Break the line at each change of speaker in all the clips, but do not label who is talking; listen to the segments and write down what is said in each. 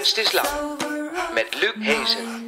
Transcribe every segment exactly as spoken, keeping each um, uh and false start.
Kunst is Lang met Luc Hezen.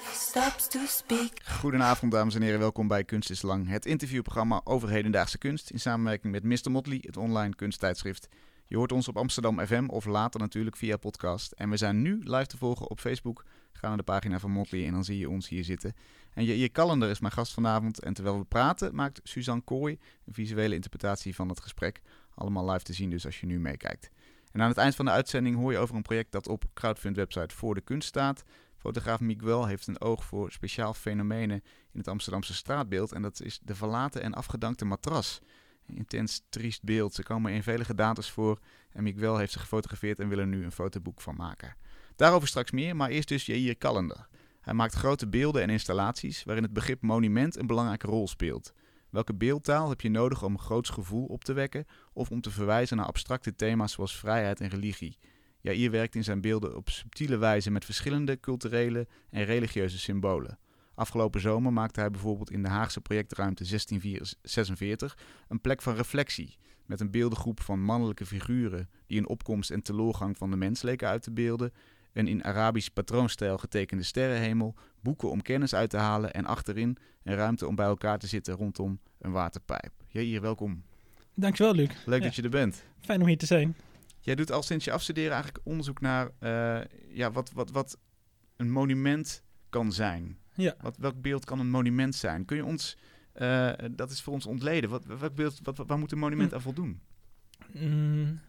Goedenavond dames en heren, welkom bij Kunst is Lang, het interviewprogramma over hedendaagse kunst in samenwerking met mister Motley, het online kunsttijdschrift. Je hoort ons op Amsterdam F M of later natuurlijk via podcast. En we zijn nu live te volgen op Facebook. Ga naar de pagina van Motley en dan zie je ons hier zitten. En je Callender is mijn gast vanavond. En terwijl we praten maakt Suzanne Kooi een visuele interpretatie van het gesprek. Allemaal live te zien dus als je nu meekijkt. En aan het eind van de uitzending hoor je over een project dat op crowdfund-website Voor de Kunst staat. Fotograaf Miguel heeft een oog voor speciaal fenomenen in het Amsterdamse straatbeeld. En dat is de verlaten en afgedankte matras. Een intens triest beeld. Ze komen in vele gedaantes voor. En Miguel heeft ze gefotografeerd en wil er nu een fotoboek van maken. Daarover straks meer, maar eerst dus Jair Callender. Hij maakt grote beelden en installaties waarin het begrip monument een belangrijke rol speelt. Welke beeldtaal heb je nodig om een groots gevoel op te wekken of om te verwijzen naar abstracte thema's zoals vrijheid en religie? Jair werkt in zijn beelden op subtiele wijze met verschillende culturele en religieuze symbolen. Afgelopen zomer maakte hij bijvoorbeeld in de Haagse projectruimte zestien zesenveertig een plek van reflectie met een beeldengroep van mannelijke figuren die een opkomst en teloorgang van de mens leken uit te beelden, een in Arabisch patroonstijl getekende sterrenhemel, boeken om kennis uit te halen en achterin een ruimte om bij elkaar te zitten rondom een waterpijp. Jair, welkom.
Dankjewel, Luc.
Leuk
ja.
dat je er bent.
Fijn om hier te zijn.
Jij doet al sinds je afstuderen eigenlijk onderzoek naar uh, ja, wat, wat, wat een monument kan zijn.
Ja.
Wat, welk beeld kan een monument zijn? Kun je ons, uh, dat is voor ons ontleden, wat, welk beeld, wat, waar moet een monument aan voldoen?
Mm.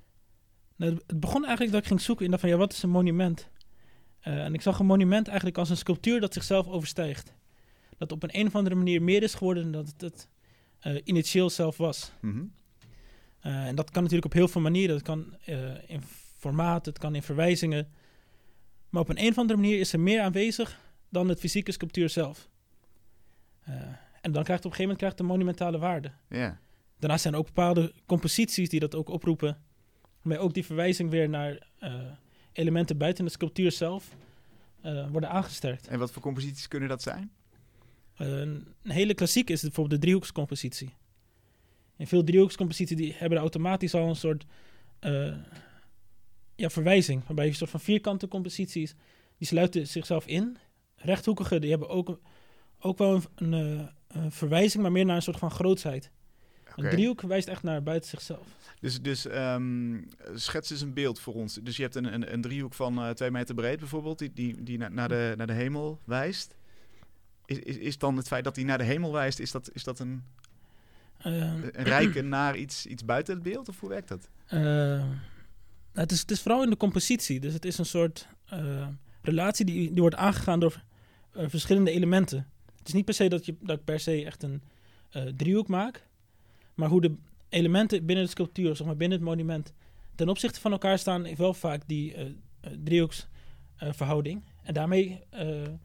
Nou, het begon eigenlijk dat ik ging zoeken in dat van ja, wat is een monument? Uh, en ik zag een monument eigenlijk als een sculptuur dat zichzelf overstijgt. Dat op een, een of andere manier meer is geworden dan dat het uh, initieel zelf was.
Mm-hmm.
Uh, en dat kan natuurlijk op heel veel manieren. Het kan uh, in formaat, het kan in verwijzingen. Maar op een, een of andere manier is er meer aanwezig dan het fysieke sculptuur zelf. Uh, en dan krijgt het op een gegeven moment krijgt het een monumentale waarde.
Yeah.
Daarnaast zijn er ook bepaalde composities die dat ook oproepen. Waarmee ook die verwijzing weer naar uh, elementen buiten de sculptuur zelf uh, worden aangesterkt.
En wat voor composities kunnen dat zijn?
Uh, een hele klassiek is bijvoorbeeld de driehoekscompositie. En veel driehoekscomposities die hebben automatisch al een soort uh, ja, verwijzing. Waarbij je een soort van vierkante composities, die sluiten zichzelf in. Rechthoekige, die hebben ook, ook wel een, een, een verwijzing, maar meer naar een soort van grootsheid. Okay. Een driehoek wijst echt naar buiten zichzelf.
Dus, dus um, schets eens een beeld voor ons. Dus je hebt een, een, een driehoek van uh, twee meter breed bijvoorbeeld, die, die, die na, naar, de, naar de hemel wijst. Is, is, is dan het feit dat die naar de hemel wijst, is dat, is dat een, uh, een rijken naar iets, iets buiten het beeld? Of hoe werkt dat?
Uh, het, is, het is vooral in de compositie. Dus het is een soort uh, relatie die, die wordt aangegaan door uh, verschillende elementen. Het is niet per se dat, je, dat ik per se echt een uh, driehoek maak, maar hoe de elementen binnen de sculptuur, zeg maar binnen het monument, ten opzichte van elkaar staan, heeft wel vaak die uh, uh, driehoeksverhouding. Uh, en daarmee, uh, uh,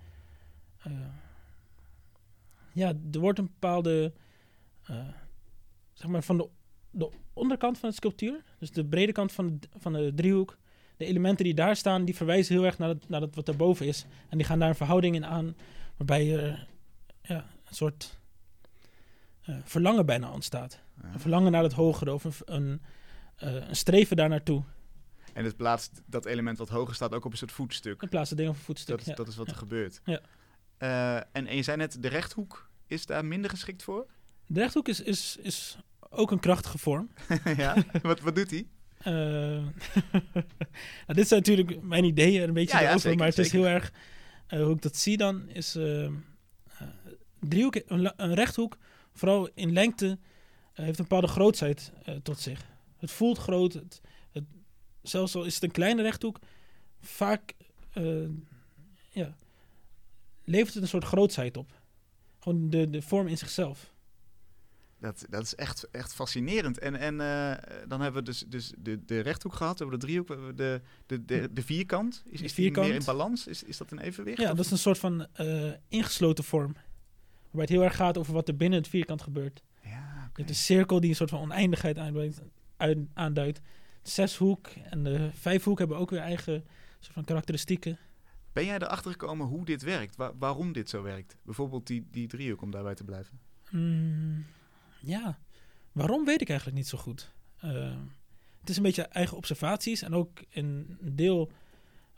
ja, er wordt een bepaalde, uh, zeg maar van de, de onderkant van de sculptuur, dus de brede kant van de, van de driehoek, de elementen die daar staan, die verwijzen heel erg naar, het, naar dat wat daarboven is. En die gaan daar een verhouding in aan, waarbij er ja, een soort uh, verlangen bijna ontstaat. Ja. Een verlangen naar het hogere of een, een, uh, een streven daar naartoe.
En het plaatst dat element wat hoger staat ook op een soort voetstuk.
Het plaatst het ding op een voetstuk,
Dat,
ja.
dat is wat
ja.
er gebeurt.
Ja.
Uh, en, en je zei net, de rechthoek is daar minder geschikt voor?
De rechthoek is, is, is ook een krachtige vorm.
Ja, wat, wat doet hij?
Uh, nou, dit zijn natuurlijk mijn ideeën een beetje
ja, ja,
over,
zeker,
maar het
zeker.
is heel erg uh, hoe ik dat zie dan is uh, uh, driehoek, een, een rechthoek, vooral in lengte, uh, heeft een bepaalde grootsheid uh, tot zich. Het voelt groot, het, het, zelfs al is het een kleine rechthoek, vaak uh, ja, levert het een soort grootsheid op. Gewoon de, de vorm in zichzelf.
Dat, dat is echt, echt fascinerend. En, en uh, dan hebben we dus, dus de, de rechthoek gehad, we hebben de driehoek, we hebben de, de, de, de vierkant. Is, is die
vierkant.
meer in balans? Is, is dat een evenwicht?
Ja,
of?
dat is een soort van uh, ingesloten vorm. Waarbij het heel erg gaat over wat er binnen het vierkant gebeurt.
Ja, okay.
Je hebt een cirkel die een soort van oneindigheid aanduidt. aanduidt. De zeshoek en de vijfhoek hebben ook weer eigen soort van karakteristieken.
Ben jij erachter gekomen hoe dit werkt? Wa- waarom dit zo werkt? Bijvoorbeeld die, die driehoek, om daarbij te blijven.
Mm, ja, waarom weet ik eigenlijk niet zo goed. Uh, het is een beetje eigen observaties en ook een deel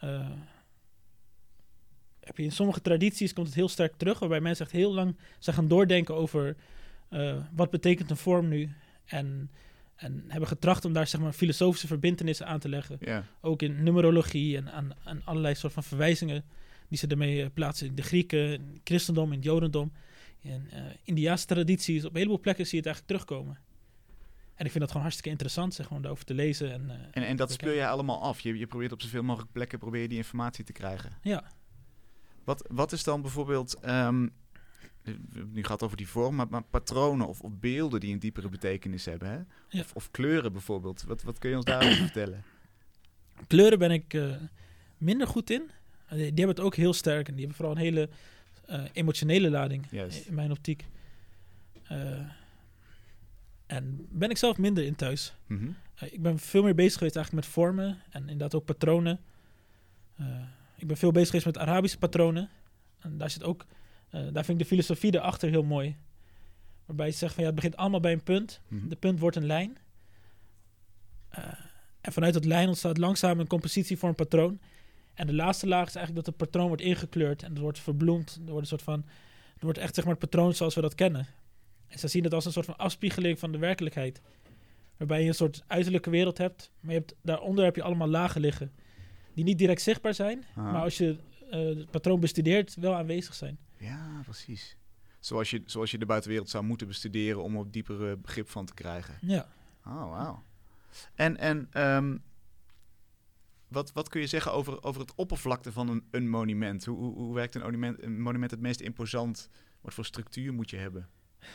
uh, heb je in sommige tradities komt het heel sterk terug, waarbij mensen echt heel lang zijn gaan doordenken over uh, wat betekent een vorm nu. En, en hebben getracht om daar zeg maar filosofische verbintenissen aan te leggen.
Yeah.
Ook in numerologie en aan, aan allerlei soort van verwijzingen die ze ermee uh, plaatsen. In de Grieken, in het christendom, in het jodendom. In uh, Indiase tradities, op een heleboel plekken zie je het eigenlijk terugkomen. En ik vind dat gewoon hartstikke interessant, zeg, om daarover te lezen. En, uh,
en, en dat speel jij allemaal af? Je, je probeert op zoveel mogelijk plekken probeer je die informatie te krijgen?
Ja.
Wat, wat is dan bijvoorbeeld... Um, nu gaat het over die vorm, maar, maar patronen of, of beelden die een diepere betekenis hebben, hè?
Ja.
Of, of kleuren bijvoorbeeld. Wat, wat kun je ons daarover vertellen?
Kleuren ben ik uh, minder goed in. Uh, die, die hebben het ook heel sterk. En die hebben vooral een hele uh, emotionele lading,
Yes.
in mijn optiek. Uh, en ben ik zelf minder in thuis.
Mm-hmm.
Uh, ik ben veel meer bezig geweest eigenlijk met vormen. En inderdaad ook patronen. Uh, ik ben veel bezig geweest met Arabische patronen. En daar zit ook... Uh, daar vind ik de filosofie erachter heel mooi. Waarbij je zegt van ja, het begint allemaal bij een punt.
Mm-hmm. De
punt wordt een lijn. Uh, en vanuit dat lijn ontstaat langzaam een compositie voor een patroon. En de laatste laag is eigenlijk dat het patroon wordt ingekleurd. En het wordt verbloemd. Er wordt een soort van... Er wordt echt zeg maar het patroon zoals we dat kennen. En ze zien het als een soort van afspiegeling van de werkelijkheid. Waarbij je een soort uiterlijke wereld hebt. Maar je hebt, daaronder heb je allemaal lagen liggen. Die niet direct zichtbaar zijn.
Aha.
Maar als je uh, het patroon bestudeert, wel aanwezig zijn.
Ja, precies. Zoals je, zoals je de buitenwereld zou moeten bestuderen om er diepere begrip van te krijgen.
Ja.
Oh, wauw. En, en um, wat, wat kun je zeggen over, over het oppervlakte van een, een monument? Hoe, hoe, hoe werkt een monument, een monument het meest imposant? Wat voor structuur moet je hebben?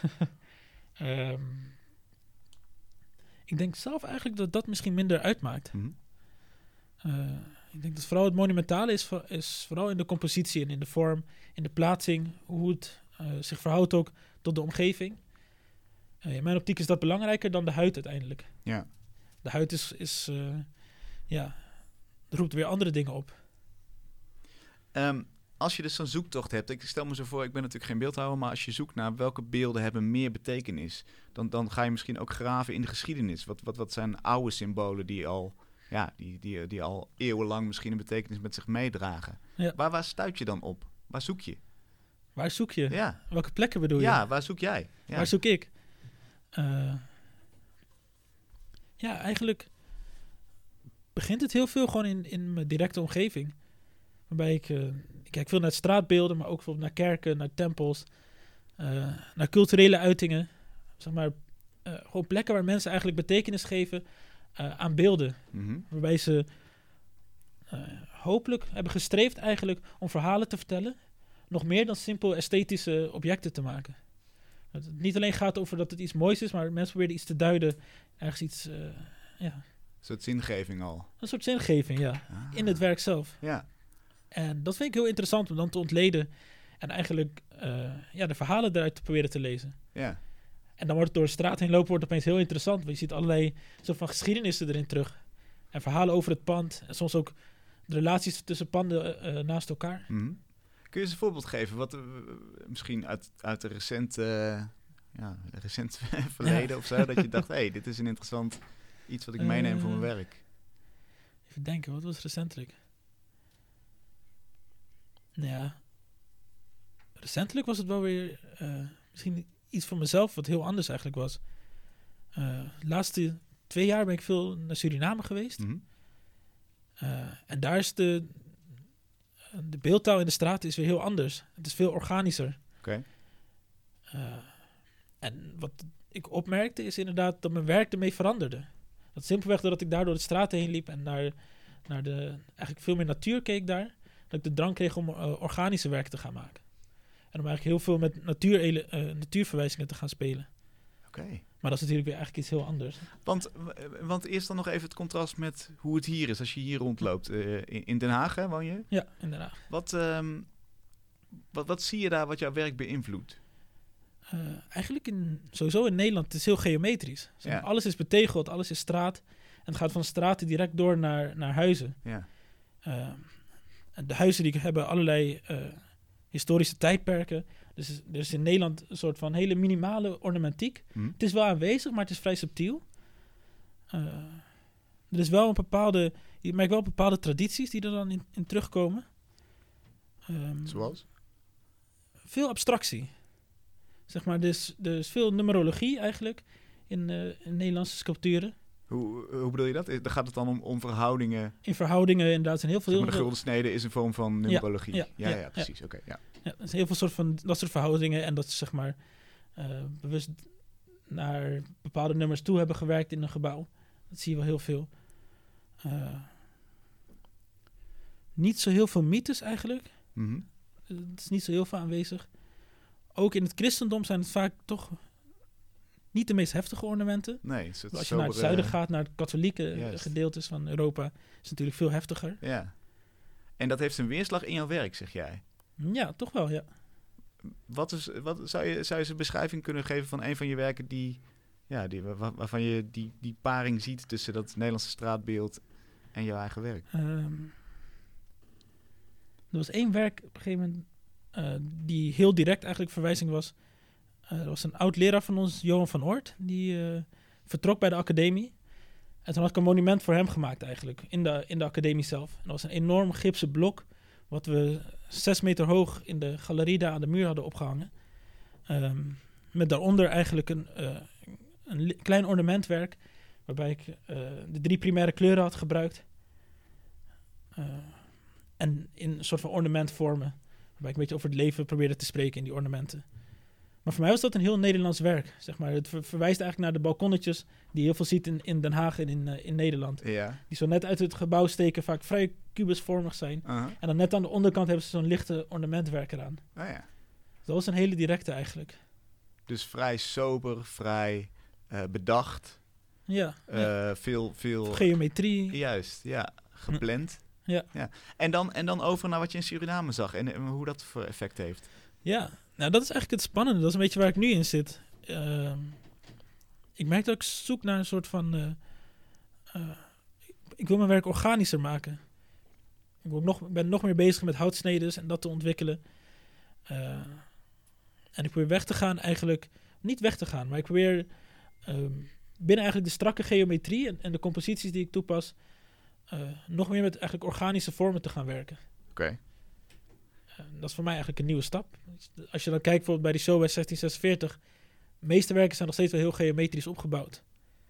um, ik denk zelf eigenlijk dat dat misschien minder uitmaakt.
Mm-hmm.
Uh, ik denk dat vooral het monumentale is, is vooral in de compositie en in de vorm, in de plaatsing, hoe het uh, zich verhoudt ook tot de omgeving. Uh, in mijn optiek is dat belangrijker dan de huid uiteindelijk.
Ja.
De huid is, is uh, ja, roept weer andere dingen op.
Um, als je dus zo'n zoektocht hebt, ik stel me zo voor, ik ben natuurlijk geen beeldhouwer, maar als je zoekt naar welke beelden hebben meer betekenis, dan, dan ga je misschien ook graven in de geschiedenis. Wat, wat, wat zijn oude symbolen die al... Ja, die, die, die al eeuwenlang misschien een betekenis met zich meedragen.
Ja.
Waar, waar stuit je dan op? Waar zoek je?
Waar zoek je?
Ja.
Welke plekken bedoel je?
Ja, waar zoek jij? Ja.
Waar zoek ik? Uh, ja, eigenlijk begint het heel veel gewoon in, in mijn directe omgeving. Waarbij ik, uh, ik kijk veel naar straatbeelden, maar ook bijvoorbeeld naar kerken, naar tempels, uh, naar culturele uitingen. Zeg maar, uh, gewoon plekken waar mensen eigenlijk betekenis geven Uh, aan beelden.
Mm-hmm.
Waarbij ze uh, hopelijk hebben gestreefd eigenlijk om verhalen te vertellen. Nog meer dan simpel esthetische objecten te maken. Dat het niet alleen gaat over dat het iets moois is, maar mensen proberen iets te duiden. Ergens iets, uh, ja.
Een soort zingeving al.
Een soort zingeving, ja.
Ah.
In het werk zelf.
Ja.
En dat vind ik heel interessant om dan te ontleden. En eigenlijk uh, ja, de verhalen eruit te proberen te lezen.
Ja.
En dan wordt het door de straat heen lopen wordt opeens heel interessant. Want je ziet allerlei soort van geschiedenissen erin terug. En verhalen over het pand. En soms ook de relaties tussen panden uh, naast elkaar.
Mm-hmm. Kun je eens een voorbeeld geven? Wat uh, misschien uit, uit de recente, uh, ja, recent verleden ja. of zo. Dat je dacht, hé, hey, dit is een interessant iets wat ik meeneem uh, voor mijn werk.
Even denken, wat was recentelijk? Nou ja. Recentelijk was het wel weer uh, misschien... iets van mezelf wat heel anders eigenlijk was. Uh, de laatste twee jaar ben ik veel naar Suriname geweest.
Mm-hmm.
Uh, en daar is de, de beeldtaal in de straat is weer heel anders. Het is veel organischer.
Okay.
Uh, en wat ik opmerkte is inderdaad dat mijn werk ermee veranderde. Dat simpelweg doordat ik daar door de straten heen liep en naar, naar de eigenlijk veel meer natuur keek daar, dat ik de drang kreeg om uh, organische werk te gaan maken. En om eigenlijk heel veel met natuur, uh, natuurverwijzingen te gaan spelen.
Oké. Okay.
Maar dat is natuurlijk weer eigenlijk iets heel anders.
Want, want eerst dan nog even het contrast met hoe het hier is als je hier rondloopt. Uh, in, in Den Haag, hè, woon je?
Ja, in Den Haag.
Wat, um, wat, wat zie je daar wat jouw werk beïnvloedt?
Uh, eigenlijk in, sowieso in Nederland, het is heel geometrisch. Zeg maar, ja. Alles is betegeld, alles is straat. En het gaat van straten direct door naar, naar huizen.
Ja.
Uh, en de huizen die hebben allerlei... Uh, historische tijdperken. Dus er is in Nederland een soort van hele minimale ornamentiek.
Hmm.
Het is wel aanwezig, maar het is vrij subtiel. Uh, er is wel een bepaalde... Je merkt wel bepaalde tradities die er dan in, in terugkomen. Um,
Zoals?
Veel abstractie. Zeg maar, er is, er is veel numerologie eigenlijk in, uh, in Nederlandse sculpturen.
Hoe, hoe bedoel je dat? Dan gaat het dan om, om verhoudingen?
In verhoudingen inderdaad zijn heel veel...
Zeg maar
heel
de gulden snede is een vorm van numerologie. Ja, ja, ja, ja, ja precies. Ja. Oké. Okay, ja.
Ja, er zijn heel veel soort van dat soort verhoudingen en dat ze zeg maar uh, bewust naar bepaalde nummers toe hebben gewerkt in een gebouw. Dat zie je wel heel veel. Uh, niet zo heel veel mythes eigenlijk.
Mm-hmm.
Het is niet zo heel veel aanwezig. Ook in het christendom zijn het vaak toch niet de meest heftige ornamenten.
Nee, het is
Als je
sobere...
naar het zuiden gaat, naar het katholieke
Juist.
gedeeltes van Europa, is het natuurlijk veel heftiger.
Ja. En dat heeft een weerslag in jouw werk, zeg jij?
Ja, toch wel, ja.
Wat is, wat, zou, je, zou je eens een beschrijving kunnen geven van een van je werken die, ja, die, waar, waarvan je die, die paring ziet tussen dat Nederlandse straatbeeld en jouw eigen werk?
Um, er was één werk op een gegeven moment uh, die heel direct eigenlijk verwijzing was. Uh, er was een oud leraar van ons, Johan van Oort, die uh, vertrok bij de academie. En toen had ik een monument voor hem gemaakt eigenlijk, in de, in de academie zelf. En dat was een enorm gipsen blok, wat we zes meter hoog in de galerie daar aan de muur hadden opgehangen. Um, met daaronder eigenlijk een, uh, een li- klein ornamentwerk, waarbij ik uh, de drie primaire kleuren had gebruikt. Uh, en in een soort van ornamentvormen, waarbij ik een beetje over het leven probeerde te spreken in die ornamenten. Maar voor mij was dat een heel Nederlands werk, zeg maar. Het ver- verwijst eigenlijk naar de balkonnetjes die je heel veel ziet in, in Den Haag en in, uh, in Nederland.
Ja.
Die zo net uit het gebouw steken, vaak vrij kubusvormig zijn.
Uh-huh.
En dan net aan de onderkant hebben ze zo'n lichte ornamentwerk eraan.
Oh ja.
Dat was een hele directe eigenlijk.
Dus vrij sober, vrij uh, bedacht.
Ja.
Uh,
ja.
Veel, veel...
Geometrie.
Juist, ja. Gepland.
Ja.
ja. En, dan, en dan over naar wat je in Suriname zag en, en hoe dat voor effect heeft.
Ja, nou dat is eigenlijk het spannende. Dat is een beetje waar ik nu in zit. Uh, ik merk dat ik zoek naar een soort van... Uh, uh, ik wil mijn werk organischer maken. Ik ben nog, ben nog meer bezig met houtsnedes en dat te ontwikkelen. Uh, en ik probeer weg te gaan eigenlijk... Niet weg te gaan, maar ik probeer uh, binnen eigenlijk de strakke geometrie en, en de composities die ik toepas... Uh, nog meer met eigenlijk organische vormen te gaan werken.
Oké. Okay.
Uh, dat is voor mij eigenlijk een nieuwe stap. Als je dan kijkt bijvoorbeeld bij die show bij zestien zesenveertig... De meeste werken zijn nog steeds wel heel geometrisch opgebouwd.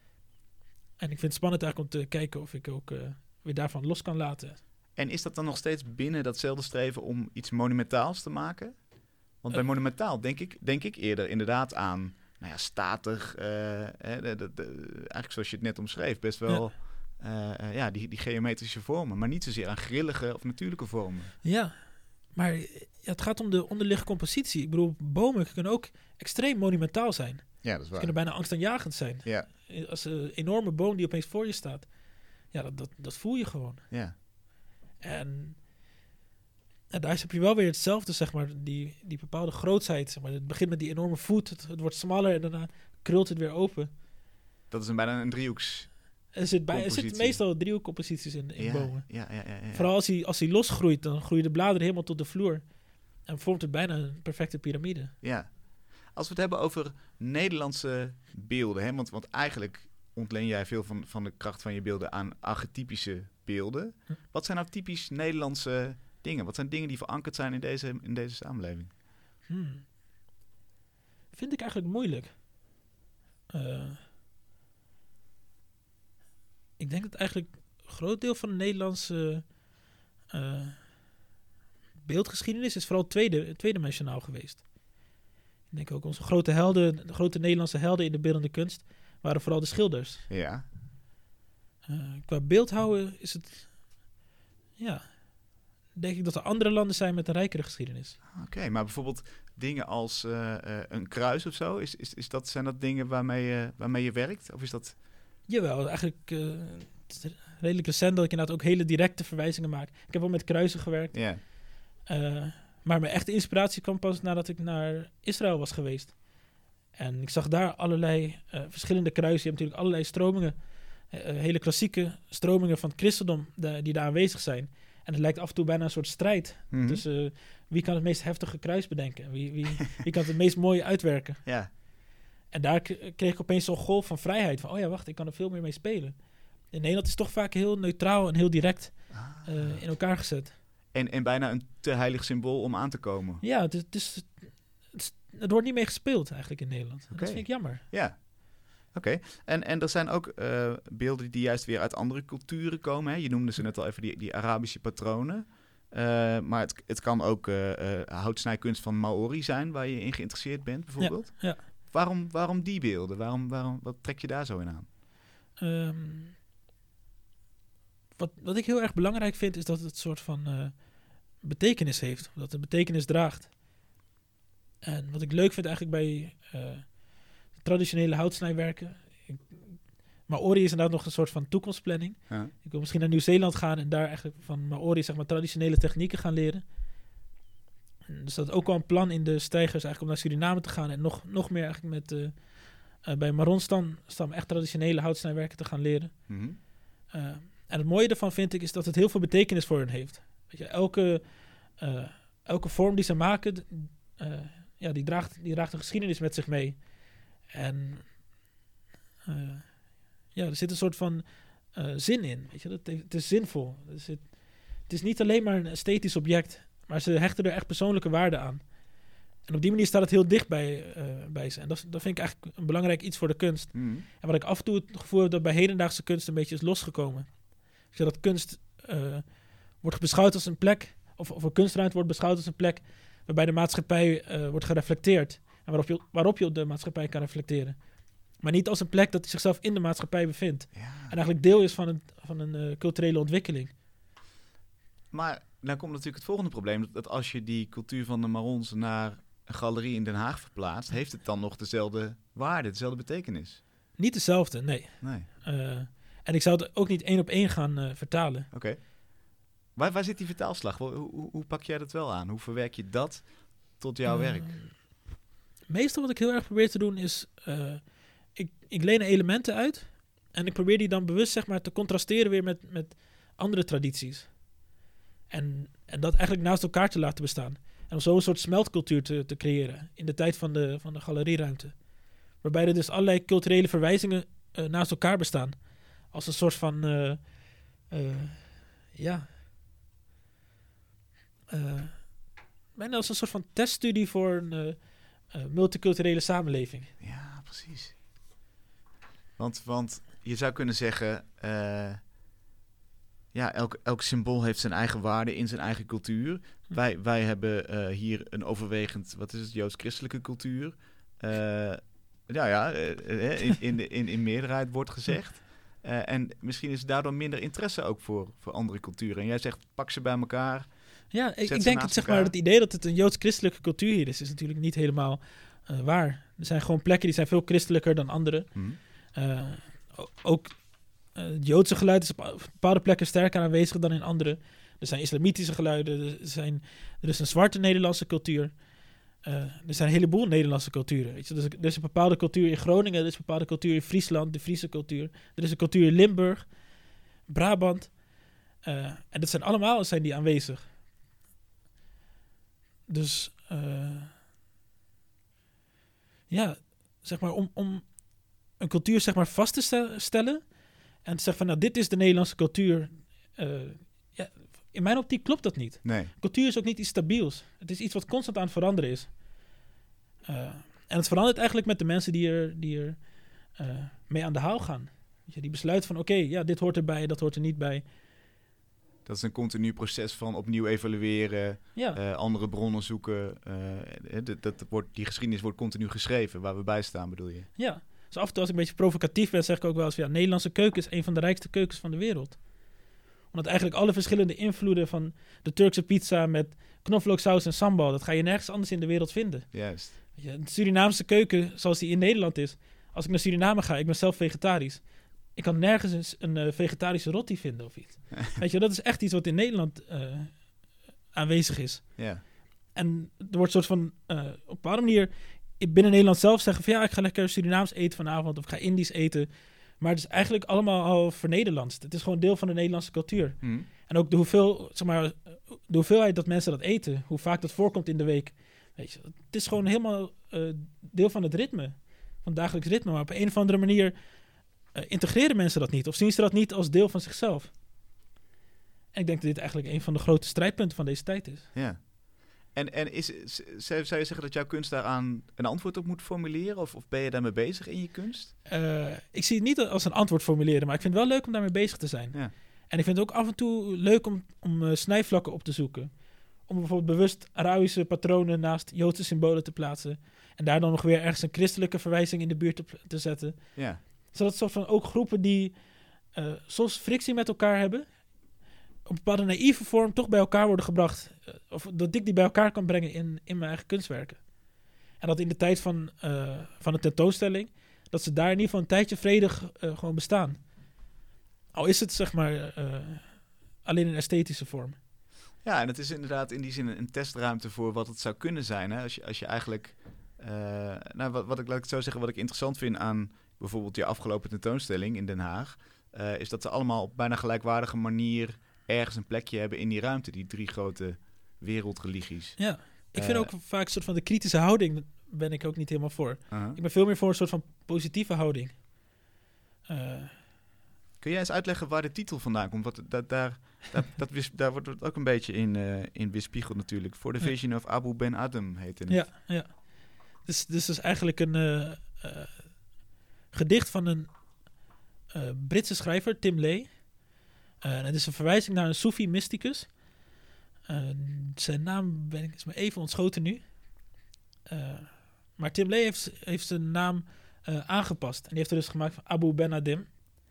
En ik vind het spannend eigenlijk om te kijken of ik ook uh, weer daarvan los kan laten.
En is dat dan nog steeds binnen datzelfde streven om iets monumentaals te maken? Want bij uh, monumentaal denk ik, denk ik eerder inderdaad aan, nou ja, statig, uh, hè, de, de, de, eigenlijk zoals je het net omschreef, best wel, ja, uh, uh, ja die, die geometrische vormen, maar niet zozeer aan grillige of natuurlijke vormen.
Ja, maar ja, het gaat om de onderliggende compositie. Ik bedoel, bomen kunnen ook extreem monumentaal zijn.
Ja, dat is waar.
Ze kunnen bijna angstaanjagend zijn.
Ja.
Als een enorme boom die opeens voor je staat, ja, dat, dat, dat voel je gewoon.
Ja.
En, en daar heb je wel weer hetzelfde, zeg maar, die, die bepaalde grootsheid. Zeg maar. Het begint met die enorme voet, het, het wordt smaller en daarna krult het weer open.
Dat is een, bijna een driehoeks.
Er zit, bij, er zit meestal driehoekcomposities in, in
ja,
bomen.
Ja, ja, ja, ja.
Vooral als hij, als hij losgroeit, dan groeien de bladeren helemaal tot de vloer. En vormt het bijna een perfecte piramide.
Ja. Als we het hebben over Nederlandse beelden, hè? Want, want eigenlijk ontleen jij veel van, van de kracht van je beelden aan archetypische beelden. Hm. Wat zijn nou typisch Nederlandse dingen? Wat zijn dingen die verankerd zijn in deze, in deze samenleving?
Hmm. Vind ik eigenlijk moeilijk. Uh, ik denk dat eigenlijk een groot deel van de Nederlandse uh, beeldgeschiedenis is vooral tweede, tweedimensionaal geweest. Ik denk ook onze grote helden, de grote Nederlandse helden in de beeldende kunst, waren vooral de schilders.
Ja.
Uh, qua beeldhouden is het, ja, denk ik dat er andere landen zijn met een rijkere geschiedenis.
Oké, okay, maar bijvoorbeeld dingen als uh, uh, een kruis of zo, is, is, is dat, zijn dat dingen waarmee je, waarmee je werkt? Of is dat...
Jawel, eigenlijk uh, het is redelijk recent dat ik inderdaad ook hele directe verwijzingen maak. Ik heb wel met kruisen gewerkt.
Ja.
Uh, maar mijn echte inspiratie kwam pas nadat ik naar Israël was geweest. En ik zag daar allerlei uh, verschillende kruisen. Je hebt natuurlijk allerlei stromingen, uh, hele klassieke stromingen van het christendom de, die daar aanwezig zijn. En het lijkt af en toe bijna een soort strijd.
Mm-hmm.
tussen uh, wie kan het meest heftige kruis bedenken? Wie, wie, wie kan het het meest mooie uitwerken?
Ja.
En daar k- kreeg ik opeens zo'n golf van vrijheid. Van, oh ja, wacht, ik kan er veel meer mee spelen. In Nederland is het toch vaak heel neutraal en heel direct
Ah.
uh, in elkaar gezet.
En, en bijna een te heilig symbool om aan te komen.
Ja, het, is, het, is, het, is, het wordt niet mee gespeeld eigenlijk in Nederland.
Okay.
Dat vind ik jammer.
Ja, oké. Okay. En, en er zijn ook uh, beelden die juist weer uit andere culturen komen. Hè? Je noemde ze net al even die, die Arabische patronen. Uh, maar het, het kan ook uh, uh, houtsnijkunst van Maori zijn, waar je in geïnteresseerd bent, bijvoorbeeld.
Ja, ja.
Waarom, waarom die beelden? Waarom, waarom, wat trek je daar zo in aan?
Um, wat, wat ik heel erg belangrijk vind, is dat het een soort van uh, betekenis heeft. Dat het betekenis draagt. En wat ik leuk vind eigenlijk bij uh, traditionele houtsnijwerken... Ik, Maori is inderdaad nog een soort van toekomstplanning. Ja. Ik wil misschien naar Nieuw-Zeeland gaan en daar eigenlijk van Maori zeg maar traditionele technieken gaan leren. En dus dat is ook wel een plan in de stijgers eigenlijk om naar Suriname te gaan en nog, nog meer eigenlijk met uh, uh, bij Maronstam stam echt traditionele houtsnijwerken te gaan leren.
Mm-hmm.
Uh, en het mooie ervan vind ik is dat het heel veel betekenis voor hen heeft. Weet je, elke, uh, elke vorm die ze maken, uh, ja, die draagt, die draagt een geschiedenis met zich mee. En uh, ja, er zit een soort van uh, zin in. Weet je? Dat, het is zinvol. Er zit, het is niet alleen maar een esthetisch object, maar ze hechten er echt persoonlijke waarde aan. En op die manier staat het heel dicht bij, uh, bij ze. En dat, dat vind ik eigenlijk een belangrijk iets voor de kunst.
Mm.
En wat ik af en toe het gevoel heb dat bij hedendaagse kunst een beetje is losgekomen. Dus dat kunst uh, wordt beschouwd als een plek, of, of een kunstruimte wordt beschouwd als een plek waarbij de maatschappij uh, wordt gereflecteerd. En waarop je, waarop je op de maatschappij kan reflecteren. Maar niet als een plek dat hij zichzelf in de maatschappij bevindt.
Ja.
En eigenlijk deel is van een, van een uh, culturele ontwikkeling.
Maar dan komt natuurlijk het volgende probleem. Dat als je die cultuur van de Marons naar een galerie in Den Haag verplaatst, heeft het dan nog dezelfde waarde, dezelfde betekenis?
Niet dezelfde, nee.
nee.
Uh, en ik zou het ook niet één op één gaan uh, vertalen.
Oké. Okay. Waar, waar zit die vertaalslag? Hoe, hoe, hoe pak jij dat wel aan? Hoe verwerk je dat tot jouw uh, werk?
Meestal wat ik heel erg probeer te doen is... Uh, ik, ik leen elementen uit en ik probeer die dan bewust zeg maar, te contrasteren weer met, met andere tradities. En, en dat eigenlijk naast elkaar te laten bestaan. En om zo een soort smeltcultuur te, te creëren in de tijd van de, van de galerieruimte. Waarbij er dus allerlei culturele verwijzingen uh, naast elkaar bestaan. Als een soort van... Uh, uh, ja... Uh, bijna als een soort van teststudie voor een uh, uh, multiculturele samenleving.
Ja, precies. Want, want je zou kunnen zeggen... Uh, ja, elk, elk symbool heeft zijn eigen waarde in zijn eigen cultuur. Hm. Wij, wij hebben uh, hier een overwegend... Wat is het? Joods-christelijke cultuur. Uh, ja, ja, uh, in, in, de, in, in meerderheid wordt gezegd. Uh, en misschien is daardoor minder interesse ook voor, voor andere culturen. En jij zegt, pak ze bij elkaar...
Ja, ik, ik denk het, zeg maar, het idee dat het een Joods-christelijke cultuur hier is, is natuurlijk niet helemaal uh, waar. Er zijn gewoon plekken die zijn veel christelijker dan andere.
Hmm.
Uh, ook uh, het Joodse geluid is op bepaalde plekken sterker aanwezig dan in andere. Er zijn islamitische geluiden, er, zijn, er is een zwarte Nederlandse cultuur. Uh, er zijn een heleboel Nederlandse culturen. Weet je? Dus er is een bepaalde cultuur in Groningen, er is een bepaalde cultuur in Friesland, de Friese cultuur. Er is een cultuur in Limburg, Brabant. Uh, en dat zijn allemaal zijn die aanwezig. Dus uh, ja, zeg maar om, om een cultuur zeg maar vast te stel- stellen en te zeggen van nou dit is de Nederlandse cultuur. Uh, ja, in mijn optiek klopt dat niet.
Nee.
Cultuur is ook niet iets stabiels. Het is iets wat constant aan het veranderen is. Uh, en het verandert eigenlijk met de mensen die er, die er uh, mee aan de haal gaan. Weet je, die besluiten van oké, okay, ja dit hoort erbij, dat hoort er niet bij.
Dat is een continu proces van opnieuw evalueren,
ja.
uh, andere bronnen zoeken. Uh, dat, dat wordt, die geschiedenis wordt continu geschreven, waar we bij staan, bedoel je?
Ja, dus af en toe als ik een beetje provocatief ben, zeg ik ook wel eens... Ja, Nederlandse keuken is een van de rijkste keukens van de wereld. Omdat eigenlijk alle verschillende invloeden van de Turkse pizza... met knoflooksaus en sambal, dat ga je nergens anders in de wereld vinden.
Juist.
Ja, de Surinaamse keuken, zoals die in Nederland is... Als ik naar Suriname ga, ik ben zelf vegetarisch... Ik kan nergens een, een uh, vegetarische roti vinden of iets. Weet je, dat is echt iets wat in Nederland uh, aanwezig is.
Yeah.
En er wordt soort van, uh, op een bepaalde manier, binnen Nederland zelf zeggen van ja, ik ga lekker Surinaams eten vanavond of ik ga Indisch eten. Maar het is eigenlijk allemaal al vernederlandst. Het is gewoon deel van de Nederlandse cultuur.
Mm.
En ook de, hoeveel, zeg maar, de hoeveelheid dat mensen dat eten, hoe vaak dat voorkomt in de week. Weet je, het is gewoon helemaal uh, deel van het ritme, van het dagelijks ritme. Maar op een of andere manier... uh, integreren mensen dat niet? Of zien ze dat niet als deel van zichzelf? En ik denk dat dit eigenlijk een van de grote strijdpunten van deze tijd is.
Ja. En, en is, zou je zeggen dat jouw kunst daaraan een antwoord op moet formuleren? Of, of ben je daarmee bezig in je kunst?
Uh, ik zie het niet als een antwoord formuleren, maar ik vind het wel leuk om daarmee bezig te zijn.
Ja.
En ik vind het ook af en toe leuk om, om uh, snijvlakken op te zoeken. Om bijvoorbeeld bewust Arabische patronen naast Joodse symbolen te plaatsen. En daar dan nog weer ergens een christelijke verwijzing in de buurt te, te zetten.
Ja.
Zodat soort van ook groepen die uh, soms frictie met elkaar hebben, op een bepaalde naïeve vorm toch bij elkaar worden gebracht. Uh, of dat ik die bij elkaar kan brengen in, in mijn eigen kunstwerken. En dat in de tijd van, uh, van de tentoonstelling, dat ze daar in ieder geval een tijdje vredig uh, gewoon bestaan. Al is het zeg maar uh, alleen in esthetische vorm.
Ja, en het is inderdaad in die zin een testruimte voor wat het zou kunnen zijn. Hè? Als je, als je eigenlijk, uh, nou, wat, wat ik laat ik het zo zeggen, wat ik interessant vind aan bijvoorbeeld je afgelopen tentoonstelling in Den Haag, uh, is dat ze allemaal op bijna gelijkwaardige manier ergens een plekje hebben in die ruimte, die drie grote wereldreligies.
Ja, ik
Uh,
vind ook vaak een soort van de kritische houding, ben ik ook niet helemaal voor.
Uh-huh.
Ik ben veel meer voor een soort van positieve houding. Uh,
Kun jij eens uitleggen waar de titel vandaan komt? Want dat, daar, dat, dat wis, daar wordt het ook een beetje in, uh, in weerspiegeld natuurlijk. For the Vision of Abu Ben Adhem heette het.
Ja, ja. Dus, dus dat is eigenlijk een uh, uh, gedicht van een uh, Britse schrijver, Tim Lay. Uh, en het is een verwijzing naar een Soefi mysticus. Uh, zijn naam ben ik, is me even ontschoten nu. Uh, maar Tim Lay heeft, heeft zijn naam uh, aangepast. En die heeft er dus gemaakt van Abu Ben Adhem.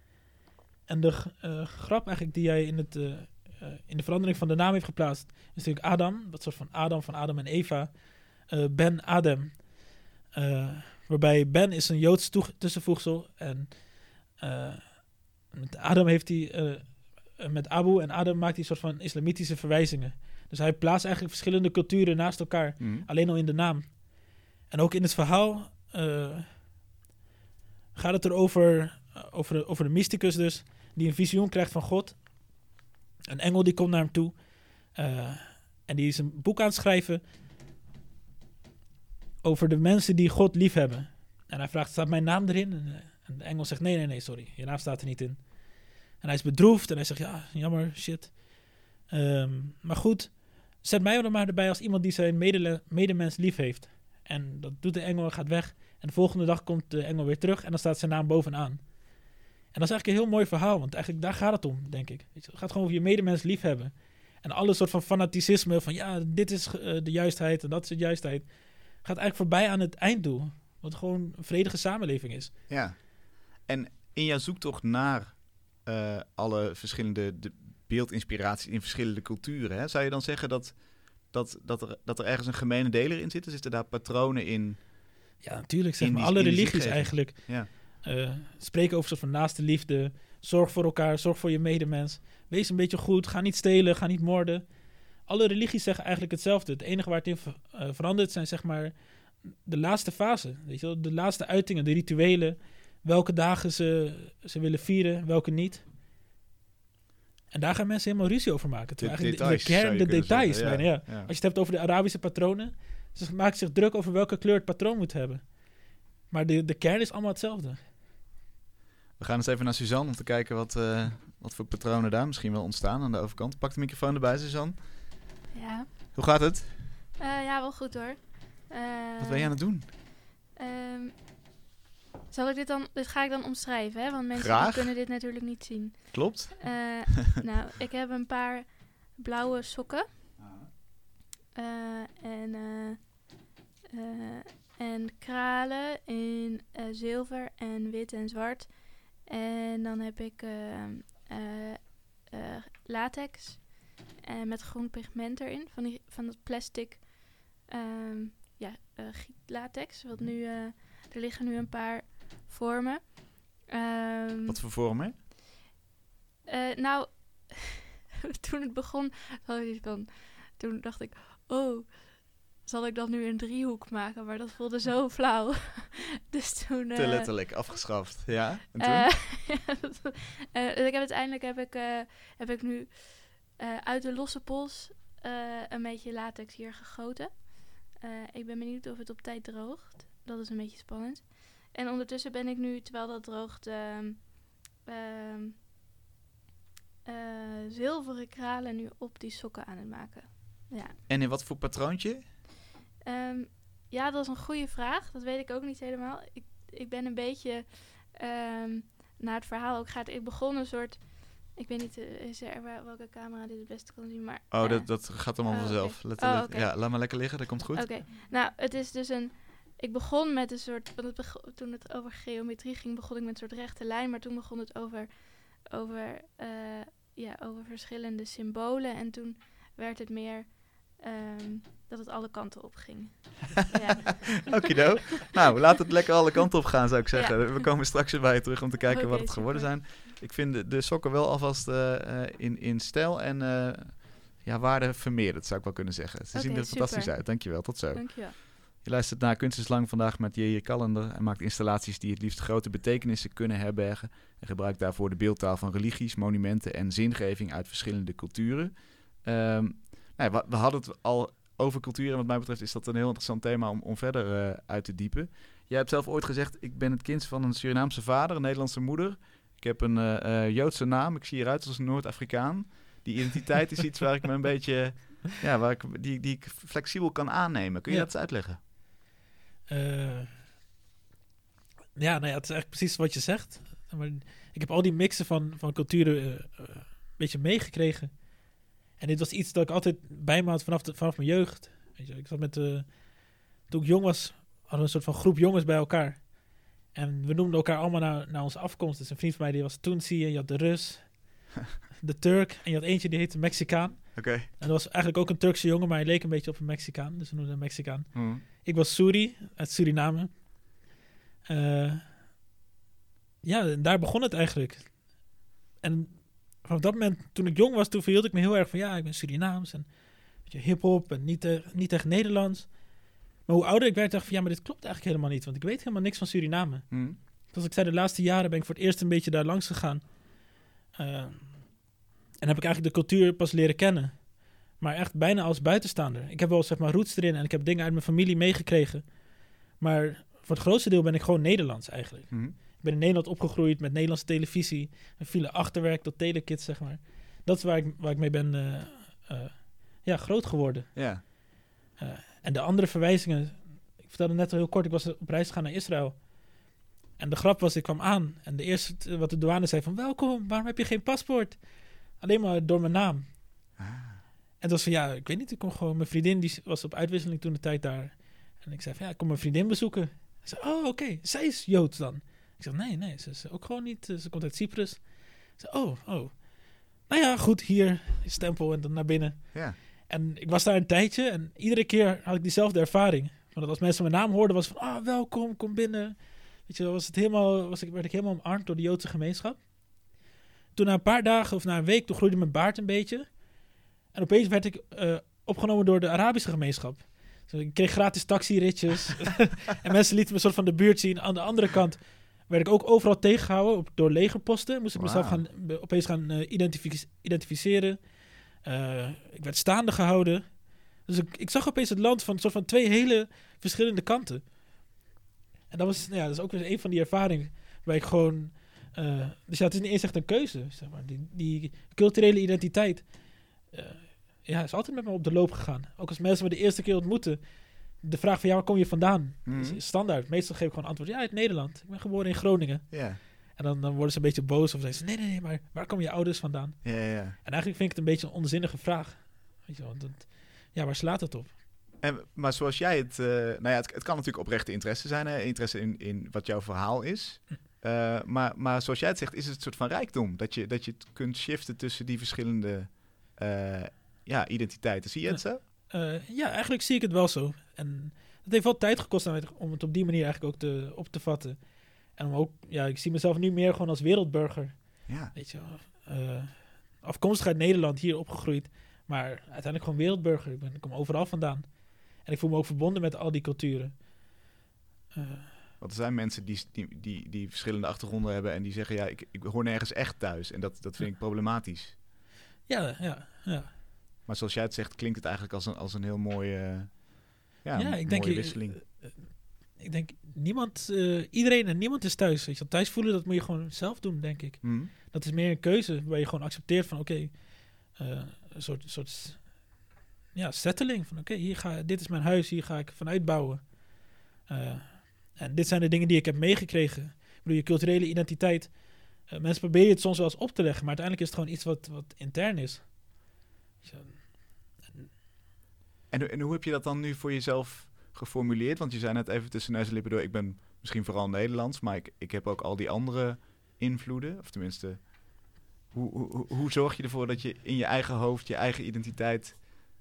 En de uh, grap eigenlijk die jij in, het, uh, uh, in de verandering van de naam heeft geplaatst, is natuurlijk Adam, dat soort van Adam, van Adam en Eva. Uh, Ben Adhem. Uh, waarbij Ben is een Joods toeg- tussenvoegsel. En uh, met Adam heeft hij, uh, met Abu en Adam maakt hij een soort van islamitische verwijzingen. Dus hij plaatst eigenlijk verschillende culturen naast elkaar,
Mm.
alleen al in de naam. En ook in het verhaal uh, gaat het erover, uh, over, de, over de mysticus dus, die een visioen krijgt van God. Een engel die komt naar hem toe. Uh, en die is een boek aan het schrijven over de mensen die God lief hebben. En hij vraagt, staat mijn naam erin? En, uh, en de engel zegt, nee, nee, nee, sorry. Je naam staat er niet in. En hij is bedroefd en hij zegt, ja, jammer, shit. Um, maar goed, zet mij er maar erbij als iemand die zijn medele- medemens lief heeft. En dat doet de engel en gaat weg. En de volgende dag komt de engel weer terug en dan staat zijn naam bovenaan. En dat is eigenlijk een heel mooi verhaal, want eigenlijk daar gaat het om, denk ik. Het gaat gewoon over je medemens lief hebben. En alle soort van fanaticisme van ja, dit is uh, de juistheid en dat is de juistheid, gaat eigenlijk voorbij aan het einddoel. Wat gewoon een vredige samenleving is.
Ja, en in jouw zoektocht naar uh, alle verschillende de beeldinspiraties in verschillende culturen, hè, zou je dan zeggen dat, dat, dat, er, dat er ergens een gemene deler in zit? Er zitten daar patronen in?
Ja, natuurlijk. Zeg
in
maar
die,
alle
in die
religies
zingeving.
eigenlijk.
Ja.
Uh, spreken over soort van naaste liefde. Zorg voor elkaar, zorg voor je medemens. Wees een beetje goed, ga niet stelen, ga niet moorden. Alle religies zeggen eigenlijk hetzelfde. Het enige waar het in ver, uh, verandert zijn zeg maar de laatste fase. Weet je wel? De laatste uitingen, de rituelen. Welke dagen ze, ze willen vieren, welke niet. En daar gaan mensen helemaal ruzie over maken.
De
Terwijl
details,
de, de kern, de details.
Zeggen,
bijna,
ja.
ja.
Ja.
Als je het hebt over de Arabische patronen, ze maken zich druk over welke kleur het patroon moet hebben. Maar de, de kern is allemaal hetzelfde.
We gaan eens even naar Suzanne om te kijken wat, uh, wat voor patronen daar misschien wel ontstaan aan de overkant. Pak de microfoon erbij, Suzanne.
Ja.
Hoe gaat het?
Uh, ja, wel goed hoor. Uh,
Wat ben je aan het doen?
Um, zal ik dit dan... Dit ga ik dan omschrijven, hè? Want mensen
Graag.
kunnen dit natuurlijk niet zien.
Klopt.
Uh, nou, ik heb een paar blauwe sokken. Uh, en, uh, uh, en kralen in uh, zilver en wit en zwart. En dan heb ik uh, uh, uh, latex uh, met groen pigment erin. Van, die, van dat plastic um, ja, uh, gietlatex. Wat nu, uh, er liggen nu een paar vormen. Um,
Wat voor vormen?
Uh, nou, toen het begon, dan, toen dacht ik, oh, zal ik dan nu een driehoek maken? Maar dat voelde zo flauw. Dus toen... Uh,
Te letterlijk, afgeschaft. Ja, en toen?
Uh, ja, dat, uh, ik heb uiteindelijk heb ik, uh, heb ik nu uh, uit de losse pols uh, een beetje latex hier gegoten. Uh, ik ben benieuwd of het op tijd droogt. Dat is een beetje spannend. En ondertussen ben ik nu, terwijl dat droogt, uh, ehm, uh, zilveren kralen nu op die sokken aan het maken. Ja.
En in wat voor patroontje?
Um, ja, dat is een goede vraag. Dat weet ik ook niet helemaal. Ik, ik ben een beetje um, naar het verhaal ook gaat. Ik begon een soort... Ik weet niet uh, is er waar, welke camera dit het beste kan zien, maar...
Oh,
uh,
dat, dat gaat allemaal
oh,
vanzelf.
okay.
Let,
oh,
let,
okay.
Ja, laat maar lekker liggen, dat komt goed.
Oké, okay. Nou, het is dus een... Ik begon met een soort... Want het bego- toen het over geometrie ging, begon ik met een soort rechte lijn. Maar toen begon het over... Over, uh, ja, over verschillende symbolen. En toen werd het meer... Um, dat het alle kanten op ging. Ja.
Okido. Nou, laat het lekker alle kanten op gaan, zou ik zeggen.
Ja.
We komen straks weer bij je terug om te kijken
Okay,
wat het geworden
super.
zijn. Ik vind de, de sokken wel alvast uh, uh, in, in stijl en uh, ja, waarde vermeerderd, zou ik wel kunnen zeggen. Ze okay, zien er super. Fantastisch uit. Dankjewel, tot zo.
Dankjewel.
Je luistert naar Kunst is Lang vandaag met J J Callender en maakt installaties die het liefst grote betekenissen kunnen herbergen. En gebruikt daarvoor de beeldtaal van religies, monumenten en zingeving uit verschillende culturen. Um, nou ja, we, we hadden het al over cultuur en wat mij betreft is dat een heel interessant thema om, om verder uh, uit te diepen. Jij hebt zelf ooit gezegd, ik ben het kind van een Surinaamse vader, een Nederlandse moeder. Ik heb een uh, uh, Joodse naam, ik zie eruit als een Noord-Afrikaan. Die identiteit is iets waar ik me een beetje, ja, waar ik, die, die ik flexibel kan aannemen. Kun je ja. dat eens uitleggen?
Uh, ja, nou ja, het is eigenlijk precies wat je zegt. Maar ik heb al die mixen van, van culturen uh, uh, een beetje meegekregen. En dit was iets dat ik altijd bij me had vanaf, de, vanaf mijn jeugd. Weet je, ik zat met uh, toen ik jong was, hadden we een soort van groep jongens bij elkaar. En we noemden elkaar allemaal naar, naar onze afkomst. Dus een vriend van mij die was Toensi en je had de Rus, de Turk en je had eentje die heette Mexicaan.
Oké. Okay.
En dat was eigenlijk ook een Turkse jongen, maar hij leek een beetje op een Mexicaan. Dus we noemden hem Mexicaan.
Mm.
Ik was Suri, uit Suriname. Uh, ja, en daar begon het eigenlijk. En vanaf dat moment, toen ik jong was, toen verhield ik me heel erg van... ja, ik ben Surinaams en hip-hop en niet, te, niet echt Nederlands. Maar hoe ouder ik werd, dacht ik van... ja, maar dit klopt eigenlijk helemaal niet, want ik weet helemaal niks van Suriname.
Mm.
Zoals ik zei, de laatste jaren ben ik voor het eerst een beetje daar langs gegaan. Uh, en heb ik eigenlijk de cultuur pas leren kennen. Maar echt bijna als buitenstaander. Ik heb wel, zeg maar, roots erin en ik heb dingen uit mijn familie meegekregen. Maar voor het grootste deel ben ik gewoon Nederlands eigenlijk.
Mm.
Ik ben in Nederland opgegroeid met Nederlandse televisie. En file achterwerk tot telekids, zeg maar. Dat is waar ik, waar ik mee ben uh, uh, ja, groot geworden.
Ja.
Uh, en de andere verwijzingen... Ik vertelde net al heel kort, ik was op reis gegaan naar Israël. En de grap was, ik kwam aan. En de eerste wat de douane zei van... welkom, waarom heb je geen paspoort? Alleen maar door mijn naam.
Ah.
En het was van, ja, ik weet niet. Ik kom gewoon... Mijn vriendin die was op uitwisseling toen de tijd daar. En ik zei van, ja, ik kom mijn vriendin bezoeken. Hij zei, oh, oké. Okay. Zij is Joods dan. Ik zei, nee, nee, ze is ook gewoon niet. Ze komt uit Cyprus. Ik zei, oh, oh. Nou ja, goed, hier, stempel en dan naar binnen.
Ja.
En ik was daar een tijdje en iedere keer had ik diezelfde ervaring. Want als mensen mijn naam hoorden, was het van, ah, welkom, kom binnen. Weet je, was het helemaal, was ik, werd ik helemaal omarmd door de Joodse gemeenschap. Toen na een paar dagen of na een week, toen groeide mijn baard een beetje. En opeens werd ik uh, opgenomen door de Arabische gemeenschap. Dus ik kreeg gratis taxiritjes. En mensen lieten me een soort van de buurt zien. Aan de andere kant werd ik ook overal tegengehouden op, door legerposten. Moest ik wow. mezelf gaan, opeens gaan uh, identific- identificeren. Uh, ik werd staande gehouden. Dus ik, ik zag opeens het land van een soort van twee hele verschillende kanten. En dat was, ja, dat is ook weer een van die ervaringen waar ik gewoon... Uh, dus ja, het is niet eens echt een keuze, zeg maar. Die, die culturele identiteit uh, ja, is altijd met me op de loop gegaan. Ook als mensen me de eerste keer ontmoeten, de vraag van, ja, waar kom je vandaan? Mm-hmm. Is, is standaard. Meestal geef ik gewoon antwoord, ja, uit Nederland. Ik ben geboren in Groningen.
Yeah.
En dan, dan worden ze een beetje boos of zeggen ze, nee, nee, nee, maar waar komen je ouders vandaan?
Ja, yeah, ja. Yeah.
En eigenlijk vind ik het een beetje een onzinnige vraag. Weet je wel, dat, ja, waar slaat het op?
En, maar zoals jij het... Uh, nou ja, het, het kan natuurlijk oprechte interesse zijn, hè? Interesse in, in wat jouw verhaal is. Uh, maar, maar zoals jij het zegt, is het een soort van rijkdom. Dat je, dat je het kunt shiften tussen die verschillende uh, ja, identiteiten. Zie je het zo?
Uh, ja, eigenlijk zie ik het wel zo. En het heeft wel tijd gekost om het op die manier eigenlijk ook te, op te vatten. En om ook, ja, ik zie mezelf nu meer gewoon als wereldburger.
Ja.
Weet je wel. Uh, afkomstig uit Nederland, hier opgegroeid. Maar uiteindelijk gewoon wereldburger. Ik, ben, ik kom overal vandaan. En ik voel me ook verbonden met al die culturen.
Uh, Want er zijn mensen die, die, die, die verschillende achtergronden hebben en die zeggen, ja, ik, ik hoor nergens echt thuis. En dat, dat vind ik problematisch.
Ja, ja, ja.
Maar zoals jij het zegt, klinkt het eigenlijk als een, als een heel mooie, uh, ja,
ja,
een
ik
mooie
denk,
wisseling.
Uh, ik denk, niemand, uh, iedereen en niemand is thuis. Weet je, thuis voelen, dat moet je gewoon zelf doen, denk ik.
Mm.
Dat is meer een keuze waar je gewoon accepteert van, oké, okay, uh, een soort, soort ja, settling. Van oké, okay, hier ga, dit is mijn huis, hier ga ik vanuit bouwen. Uh, en dit zijn de dingen die ik heb meegekregen. Ik bedoel, je culturele identiteit. Uh, mensen proberen het soms wel eens op te leggen, maar uiteindelijk is het gewoon iets wat, wat intern is. Dus, uh,
en, en hoe heb je dat dan nu voor jezelf geformuleerd? Want je zei net even tussen neus en lippen door, ik ben misschien vooral Nederlands, maar ik, ik heb ook al die andere invloeden. Of tenminste, hoe, hoe, hoe zorg je ervoor dat je in je eigen hoofd je eigen identiteit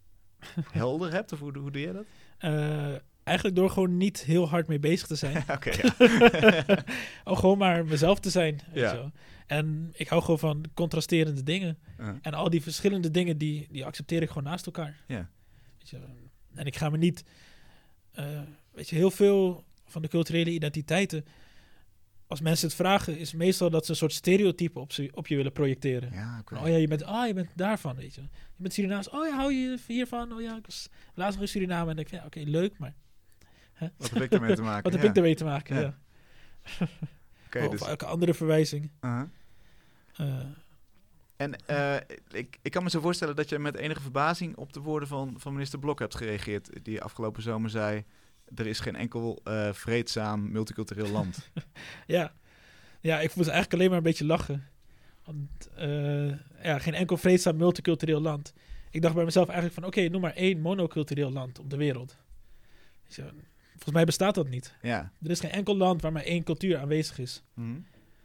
helder hebt? Of hoe, hoe doe je dat?
Uh, eigenlijk door gewoon niet heel hard mee bezig te zijn.
Oké, okay, ja.
oh, gewoon maar mezelf te zijn. Weet
ja.
je wel. En ik hou gewoon van contrasterende dingen. Uh. En al die verschillende dingen, die, die accepteer ik gewoon naast elkaar.
Ja.
Weet je, en ik ga me niet... Uh, weet je, heel veel van de culturele identiteiten... Als mensen het vragen, is meestal dat ze een soort stereotype op, ze, op je willen projecteren.
Ja, okay.
Oh ja, je bent, ah, je bent daarvan, weet je. Je bent Surinaams. Oh ja, hou je hiervan? Oh ja, ik was laatst nog in Suriname. En denk ik, ja, oké, okay, leuk, maar...
Huh? Wat heb ik ermee te maken?
Wat heb
ja.
ik ermee te maken, ja. ja.
Okay,
of
dus...
elke andere verwijzing.
Uh-huh. Uh. En uh, ik, ik kan me zo voorstellen dat je met enige verbazing op de woorden van, van minister Blok hebt gereageerd. Die afgelopen zomer zei, er is geen enkel uh, vreedzaam multicultureel land.
ja. ja, ik moest eigenlijk alleen maar een beetje lachen. Want uh, ja, geen enkel vreedzaam multicultureel land. Ik dacht bij mezelf eigenlijk van, oké, okay, noem maar één monocultureel land op de wereld. Dus, uh, volgens mij bestaat dat niet.
Ja.
Er is geen enkel land waar maar één cultuur aanwezig is.
Mm-hmm.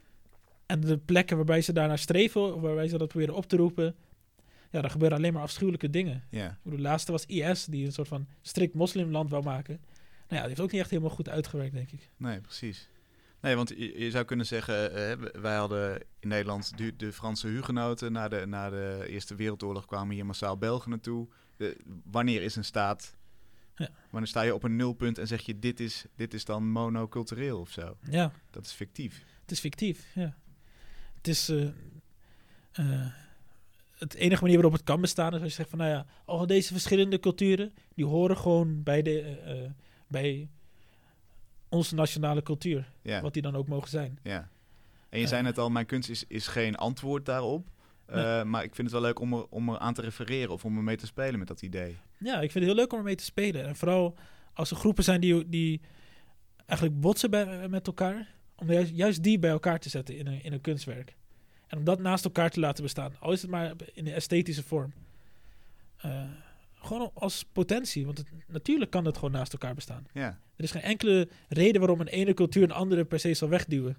En de plekken waarbij ze daarnaar streven, waarbij ze dat proberen op te roepen, ja, daar gebeuren alleen maar afschuwelijke dingen.
Yeah.
Ik bedoel, de laatste was I S, die een soort van strikt moslimland wou maken. Nou ja, die heeft ook niet echt helemaal goed uitgewerkt, denk ik.
Nee, precies. Nee, want je, je zou kunnen zeggen, uh, wij hadden in Nederland de, de Franse hugenoten. Na de, na de Eerste Wereldoorlog kwamen hier massaal Belgen naartoe. De, wanneer is een staat... Ja. Wanneer sta je op een nulpunt en zeg je, dit is, dit is dan monocultureel of zo?
Ja.
Dat is fictief.
Het is fictief, ja. Het is... Uh, uh, het enige manier waarop het kan bestaan is als je zegt van, nou ja, al deze verschillende culturen, die horen gewoon bij de... Uh, bij onze nationale cultuur. Yeah. Wat die dan ook mogen zijn.
Ja. Yeah. En je uh, zei net al, mijn kunst is, is geen antwoord daarop. Uh, nee. Maar ik vind het wel leuk om er, om er aan te refereren of om er mee te spelen met dat idee.
Ja, ik vind het heel leuk om er mee te spelen. En vooral als er groepen zijn die, die eigenlijk botsen bij, met elkaar, om juist, juist die bij elkaar te zetten in een, in een kunstwerk. En om dat naast elkaar te laten bestaan. Al is het maar in de esthetische vorm. Uh, Gewoon als potentie, want het, natuurlijk kan het gewoon naast elkaar bestaan.
Ja.
Er is geen enkele reden waarom een ene cultuur een andere per se zal wegduwen.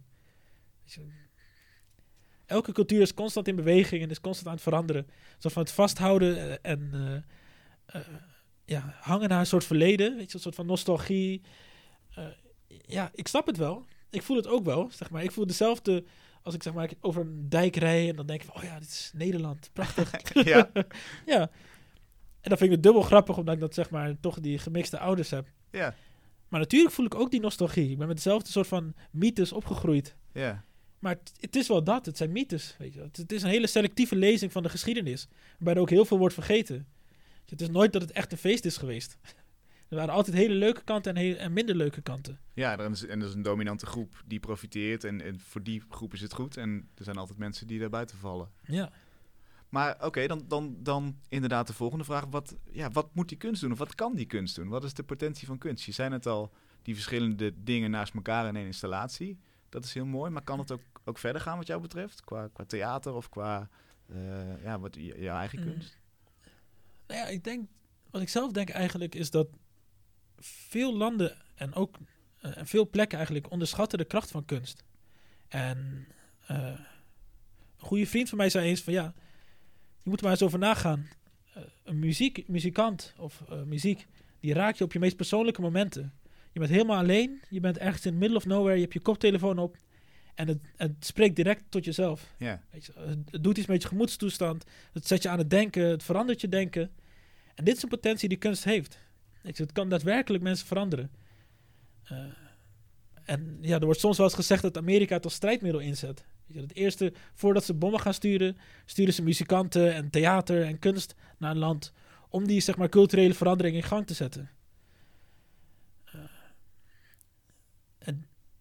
Elke cultuur is constant in beweging en is constant aan het veranderen. Zo van het vasthouden en uh, uh, ja, hangen naar een soort verleden, weet je, een soort van nostalgie. Uh, ja, ik snap het wel. Ik voel het ook wel, zeg maar. Ik voel dezelfde als ik zeg maar over een dijk rij en dan denk ik van, oh ja, dit is Nederland, prachtig.
ja.
ja. En dan vind ik het dubbel grappig, omdat ik dat zeg maar toch die gemixte ouders heb.
Ja.
Maar natuurlijk voel ik ook die nostalgie. Ik ben met dezelfde soort van mythes opgegroeid.
Ja.
Maar het, het is wel dat, het zijn mythes. Weet je. Het, het is een hele selectieve lezing van de geschiedenis, waarbij er ook heel veel wordt vergeten. Het is nooit dat het echt een feest is geweest. Er waren altijd hele leuke kanten en, heel, en minder leuke kanten.
Ja, er is, en er is een dominante groep die profiteert en, en voor die groep is het goed. En er zijn altijd mensen die daar buiten vallen.
Ja.
Maar oké, okay, dan, dan, dan inderdaad de volgende vraag. Wat, ja, wat moet die kunst doen of wat kan die kunst doen? Wat is de potentie van kunst? Je zei net al, die verschillende dingen naast elkaar in één installatie. Dat is heel mooi, maar kan het ook, ook verder gaan wat jou betreft? Qua, qua theater of qua uh, ja, wat, je, jouw eigen
mm.
kunst?
Nou ja, ik denk, wat ik zelf denk eigenlijk is dat veel landen en ook uh, veel plekken eigenlijk onderschatten de kracht van kunst. En uh, een goede vriend van mij zei eens van ja, je moet er maar eens over nagaan. Uh, een muziek, muzikant of uh, muziek, die raakt je op je meest persoonlijke momenten. Je bent helemaal alleen, je bent ergens in the middle of nowhere, je hebt je koptelefoon op en het, het spreekt direct tot jezelf.
Yeah.
Weet je, het doet iets met je gemoedstoestand, het zet je aan het denken, het verandert je denken. En dit is een potentie die kunst heeft. Weet je, het kan daadwerkelijk mensen veranderen. Uh, en ja, er wordt soms wel eens gezegd dat Amerika het als strijdmiddel inzet. Weet je, het eerste, voordat ze bommen gaan sturen, sturen ze muzikanten en theater en kunst naar een land om die zeg maar culturele verandering in gang te zetten. Uh,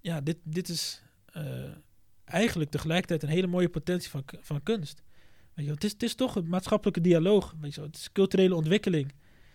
ja, dit, dit is uh, eigenlijk tegelijkertijd een hele mooie potentie van, van kunst. Weet je wel, het, is, het is toch een maatschappelijke dialoog. Weet je wel, het is culturele ontwikkeling.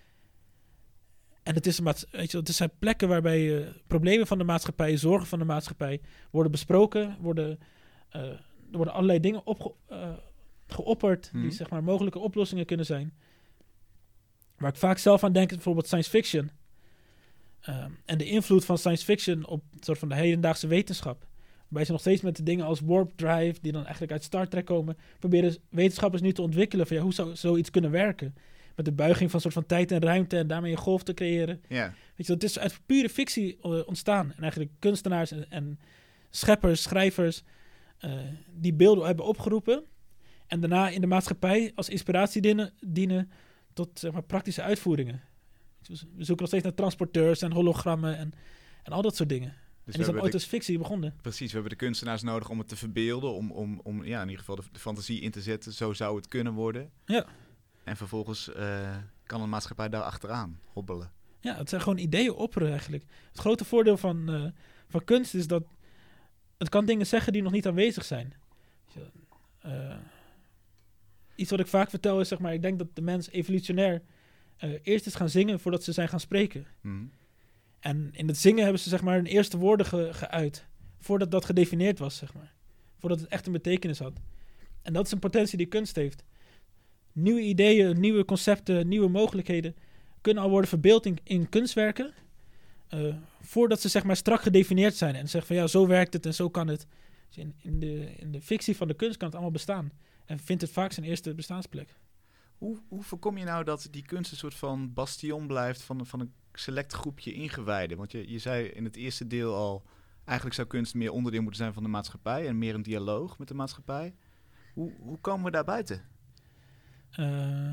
En het, is, weet je wel, het zijn plekken waarbij uh, problemen van de maatschappij, zorgen van de maatschappij worden besproken, worden, uh, er worden allerlei dingen opge, uh, geopperd mm. die zeg maar mogelijke oplossingen kunnen zijn. Waar ik vaak zelf aan denk is bijvoorbeeld science fiction. Um, en de invloed van science fiction op een soort van de hedendaagse wetenschap. Waarbij ze nog steeds met de dingen als warp drive, die dan eigenlijk uit Star Trek komen, proberen wetenschappers nu te ontwikkelen van ja, hoe zou zoiets kunnen werken? Met de buiging van een soort van tijd en ruimte en daarmee een golf te creëren.
Yeah.
Weet je, het is uit pure fictie uh, ontstaan. En eigenlijk kunstenaars en, en scheppers, schrijvers, uh, die beelden hebben opgeroepen. En daarna in de maatschappij als inspiratie dienen, dienen tot zeg maar, praktische uitvoeringen. Dus we zoeken nog steeds naar transporteurs en hologrammen en, en al dat soort dingen. Dus en die zijn ooit als fictie begonnen.
Precies, we hebben de kunstenaars nodig om het te verbeelden, om, om, om ja, in ieder geval de, de fantasie in te zetten. Zo zou het kunnen worden.
Ja.
En vervolgens uh, kan een maatschappij daar achteraan hobbelen.
Ja, het zijn gewoon ideeën opperen eigenlijk. Het grote voordeel van, uh, van kunst is dat het kan dingen zeggen die nog niet aanwezig zijn. Uh, iets wat ik vaak vertel is, zeg maar, ik denk dat de mens evolutionair uh, eerst is gaan zingen voordat ze zijn gaan spreken. Mm. En in het zingen hebben ze zeg maar hun eerste woorden ge- geuit. Voordat dat gedefinieerd was, zeg maar. Voordat het echt een betekenis had. En dat is een potentie die kunst heeft. Nieuwe ideeën, nieuwe concepten, nieuwe mogelijkheden kunnen al worden verbeeld in, in kunstwerken. Uh, voordat ze zeg maar strak gedefinieerd zijn. En zeggen van ja, zo werkt het en zo kan het. Dus in, in, de, in de fictie van de kunst kan het allemaal bestaan. En vindt het vaak zijn eerste bestaansplek.
Hoe, hoe voorkom je nou dat die kunst een soort van bastion blijft van, van een select groepje ingewijden? Want je, je zei in het eerste deel al, eigenlijk zou kunst meer onderdeel moeten zijn van de maatschappij en meer een dialoog met de maatschappij. Hoe, hoe komen we daar buiten?
Uh,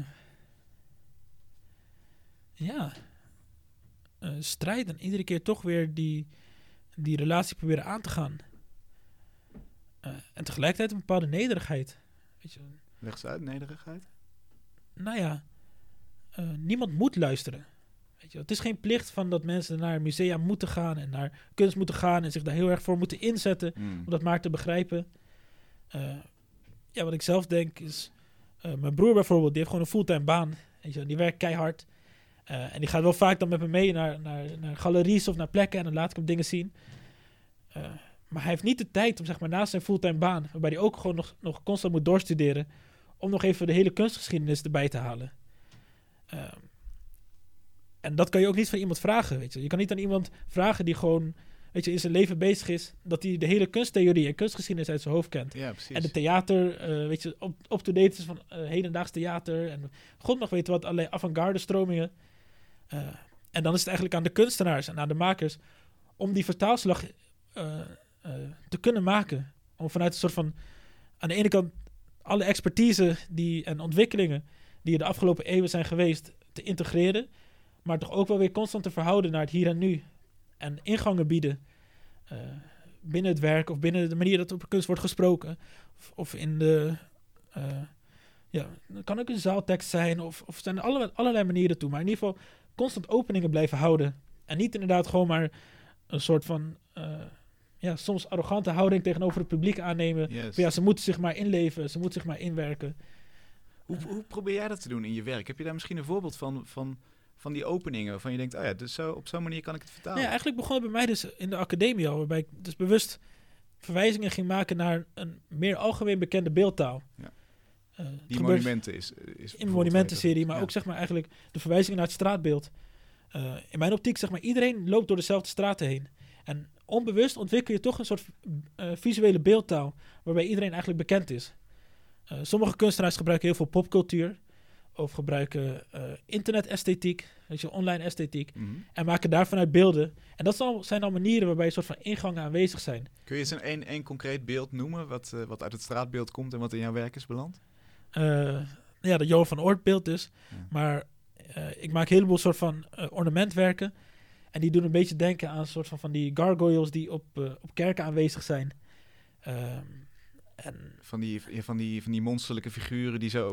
ja, uh, strijden. Iedere keer toch weer die, die relatie proberen aan te gaan. Uh, en tegelijkertijd een bepaalde nederigheid. Weet je.
Leg eens uit, nederigheid?
Nou ja, uh, niemand moet luisteren. Weet je, het is geen plicht van dat mensen naar musea moeten gaan en naar kunst moeten gaan en zich daar heel erg voor moeten inzetten mm. om dat maar te begrijpen. Uh, ja, wat ik zelf denk is, uh, mijn broer bijvoorbeeld, die heeft gewoon een fulltime baan. Weet je, die werkt keihard. Uh, en die gaat wel vaak dan met me mee naar, naar, naar galeries of naar plekken en dan laat ik hem dingen zien. Uh, maar hij heeft niet de tijd om zeg maar naast zijn fulltime baan, waarbij hij ook gewoon nog, nog constant moet doorstuderen, om nog even de hele kunstgeschiedenis erbij te halen. Uh, en dat kan je ook niet van iemand vragen, weet je. Je kan niet aan iemand vragen die gewoon, weet je, in zijn leven bezig is, dat hij de hele kunsttheorie en kunstgeschiedenis uit zijn hoofd kent.
Ja, precies.
En de theater, uh, weet je, op, up to date is van uh, hedendaags theater en god nog weet wat, allerlei avant-garde stromingen. Uh, en dan is het eigenlijk aan de kunstenaars en aan de makers om die vertaalslag uh, uh, te kunnen maken. Om vanuit een soort van, aan de ene kant, alle expertise die, en ontwikkelingen die er de afgelopen eeuwen zijn geweest te integreren, maar toch ook wel weer constant te verhouden naar het hier en nu. En ingangen bieden uh, binnen het werk of binnen de manier dat op kunst wordt gesproken. Of, of in de, uh, ja, het kan ook een zaaltekst zijn of, of zijn er allerlei, allerlei manieren toe. Maar in ieder geval constant openingen blijven houden. En niet inderdaad gewoon maar een soort van, uh, ja, soms arrogante houding tegenover het publiek aannemen.
Yes.
Ja, ze moeten zich maar inleven, ze moeten zich maar inwerken.
Hoe, hoe probeer jij dat te doen in je werk? Heb je daar misschien een voorbeeld van, van, van die openingen waarvan je denkt, oh ja, dus zo, op zo'n manier kan ik het vertalen?
Nou ja, eigenlijk begon het bij mij dus in de academie al, waarbij ik dus bewust verwijzingen ging maken naar een meer algemeen bekende beeldtaal.
Ja.
Uh,
die monumenten is, is
in de monumentenserie, maar
ja.
ook zeg maar eigenlijk de verwijzingen naar het straatbeeld. Uh, in mijn optiek zeg maar iedereen loopt door dezelfde straten heen. En onbewust ontwikkel je toch een soort uh, visuele beeldtaal waarbij iedereen eigenlijk bekend is. Uh, sommige kunstenaars gebruiken heel veel popcultuur of gebruiken uh, internet-esthetiek, weet je, online esthetiek, mm-hmm. en maken daarvanuit beelden. En dat al, zijn al manieren waarbij een soort van ingangen aanwezig zijn.
Kun je eens een één, één concreet beeld noemen wat, uh, wat uit het straatbeeld komt en wat in jouw werk is beland?
Uh, ja, de Johan van Oort beeld dus. Ja. Maar uh, ik maak een heleboel soort van uh, ornamentwerken. En die doen een beetje denken aan een soort van, van die gargoyles die op, uh, op kerken aanwezig zijn. Uh, en
van, die, van, die, van die monsterlijke figuren die zo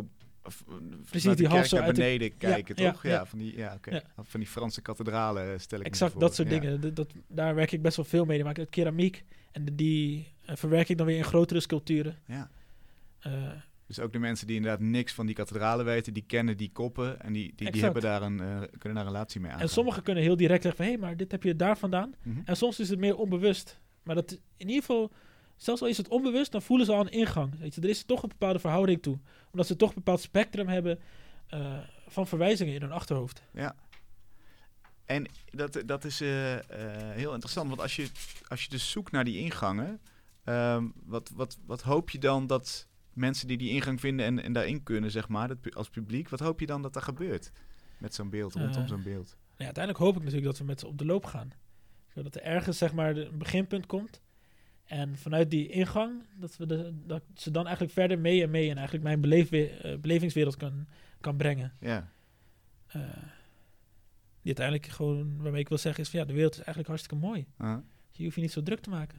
Of,
Precies,
vanuit
die
de
hal
kerk
zo
naar
uit de-
beneden kijken,
ja,
toch?
ja,
Ja,
ja.
van die, ja, oké.
Ja.
Van die Franse kathedralen stel ik
Exact,
me
dat
voor.
soort
Ja.
dingen. Dat, dat, daar werk ik best wel veel mee. Die maak ik uit keramiek. En de- die uh, verwerk ik dan weer in grotere sculpturen.
Ja.
Uh,
Dus ook de mensen die inderdaad niks van die kathedralen weten, die kennen die koppen en die, die, die
Exact.
hebben daar een, uh, kunnen daar een relatie mee aan.
en sommigen kunnen heel direct zeggen van... hé, hey, maar dit heb je daar vandaan.
Mm-hmm.
En soms is het meer onbewust. Maar dat in ieder geval... zelfs al is het onbewust, dan voelen ze al een ingang. Weet je, er is toch een bepaalde verhouding toe. Omdat ze toch een bepaald spectrum hebben... Uh, van verwijzingen in hun achterhoofd.
Ja. En dat, dat is uh, uh, heel interessant. Want als je, als je dus zoekt naar die ingangen... Um, wat, wat, wat hoop je dan dat mensen die die ingang vinden en, en daarin kunnen, zeg maar, dat, als publiek... wat hoop je dan dat er gebeurt met zo'n beeld, rondom uh, zo'n beeld?
Nou ja, uiteindelijk hoop ik natuurlijk dat we met ze op de loop gaan. Zodat er ergens, zeg maar, een beginpunt komt... En vanuit die ingang, dat, we de, dat ze dan eigenlijk verder mee en mee... en eigenlijk mijn beleef, uh, belevingswereld kan, kan brengen.
Ja.
Uh, die uiteindelijk gewoon, waarmee ik wil zeggen is... van ja, de wereld is eigenlijk hartstikke mooi. Uh-huh. Je hoeft je niet zo druk te maken.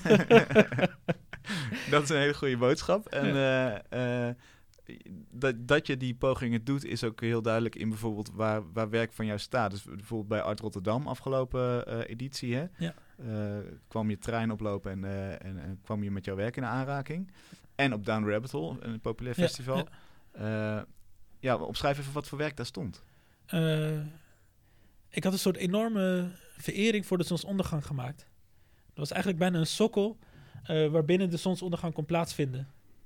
Dat is een hele goede boodschap. En uh, uh, dat, dat je die pogingen doet, is ook heel duidelijk in bijvoorbeeld waar, waar werk van jou staat. Dus bijvoorbeeld bij Art Rotterdam, afgelopen uh, editie, hè?
Ja.
Uh, kwam je trein oplopen en, uh, en, en kwam je met jouw werk in aanraking. En op Down Rabbit Hole, een populair festival. Ja, ja. Uh, ja, omschrijf even wat voor werk daar stond.
Uh, ik had een soort enorme verering voor de zonsondergang gemaakt. Dat was eigenlijk bijna een sokkel uh, waarbinnen de zonsondergang kon plaatsvinden.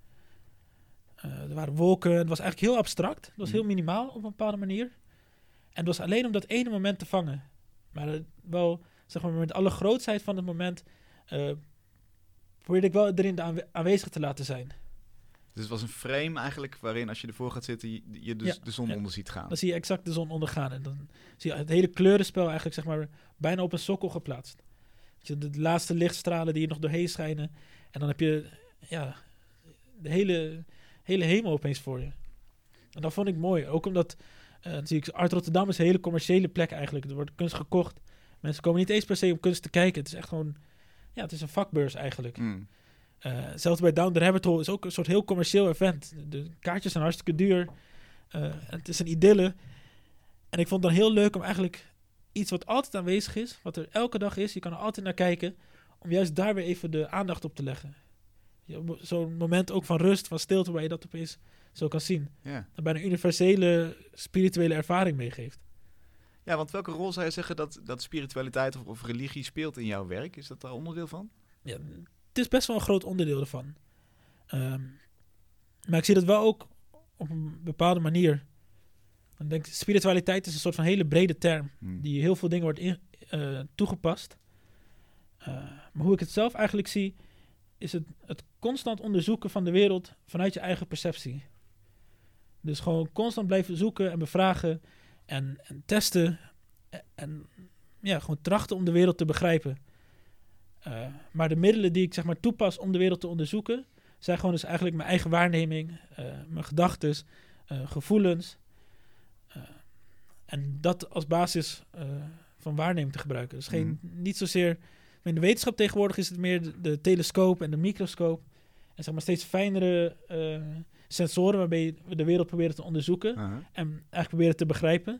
Uh, er waren wolken, het was eigenlijk heel abstract. Het was heel minimaal op een bepaalde manier. En het was alleen om dat ene moment te vangen. Maar uh, wel, zeg maar, met alle grootsheid van het moment... Uh, probeerde ik wel erin aanwe- aanwezig te laten zijn.
Dus het was een frame eigenlijk waarin als je ervoor gaat zitten... je, je dus ja, de zon ja. onder ziet gaan.
Dan zie je exact de zon ondergaan. En dan zie je het hele kleurenspel eigenlijk, zeg maar, bijna op een sokkel geplaatst. De, de laatste lichtstralen die er nog doorheen schijnen. En dan heb je ja, de hele, hele hemel opeens voor je. En dat vond ik mooi. Ook omdat uh, natuurlijk Art Rotterdam is een hele commerciële plek eigenlijk. Er wordt kunst gekocht. Mensen komen niet eens per se om kunst te kijken. Het is echt gewoon... Ja, het is een vakbeurs eigenlijk. Mm. Uh, zelfs bij Down the Rabbit Hole is ook een soort heel commercieel event. De kaartjes zijn hartstikke duur. Uh, het is een idylle. En ik vond het dan heel leuk om eigenlijk... iets wat altijd aanwezig is, wat er elke dag is, je kan er altijd naar kijken, om juist daar weer even de aandacht op te leggen. Ja, zo'n moment ook van rust, van stilte, waar je dat opeens zo kan zien.
Ja.
Dat bijna een universele, spirituele ervaring meegeeft.
Ja, want welke rol zou je zeggen dat, dat spiritualiteit of, of religie speelt in jouw werk? Is dat daar onderdeel van?
Ja, het is best wel een groot onderdeel ervan. Um, maar ik zie dat wel ook op een bepaalde manier. Ik denk, spiritualiteit is een soort van hele brede term, hmm. die heel veel dingen wordt in, uh, toegepast. Uh, maar hoe ik het zelf eigenlijk zie, is het, het constant onderzoeken van de wereld vanuit je eigen perceptie. Dus gewoon constant blijven zoeken en bevragen en, en testen en, en ja, gewoon trachten om de wereld te begrijpen. Uh, maar de middelen die ik zeg maar toepas om de wereld te onderzoeken, zijn gewoon dus eigenlijk mijn eigen waarneming, uh, mijn gedachtes, uh, gevoelens. Uh, en dat als basis uh, van waarneming te gebruiken. Dus geen, mm. niet zozeer... In de wetenschap tegenwoordig is het meer de, de telescoop en de microscoop. En zeg maar steeds fijnere uh, sensoren waarmee we de wereld proberen te onderzoeken. Uh-huh. En eigenlijk proberen te begrijpen.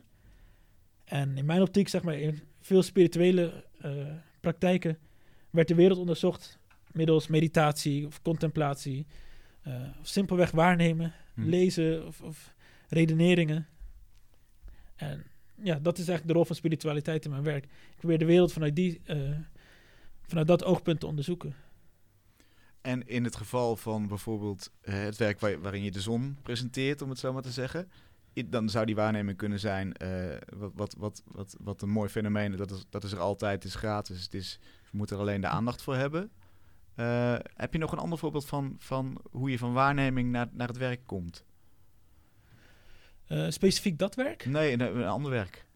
En in mijn optiek, zeg maar, in veel spirituele uh, praktijken werd de wereld onderzocht middels meditatie of contemplatie. Uh, of simpelweg waarnemen, mm. lezen of, of redeneringen. En ja, dat is eigenlijk de rol van spiritualiteit in mijn werk. Ik probeer de wereld vanuit, die, uh, vanuit dat oogpunt te onderzoeken.
En in het geval van bijvoorbeeld uh, het werk waar, waarin je de zon presenteert, om het zo maar te zeggen, I, dan zou die waarneming kunnen zijn, uh, wat, wat, wat, wat, wat een mooi fenomeen, dat is, dat is er altijd, het is gratis, het is, we moeten er alleen de aandacht voor hebben. Uh, heb je nog een ander voorbeeld van, van hoe je van waarneming naar, naar het werk komt?
Uh, specifiek dat werk?
Nee, een, een ander werk.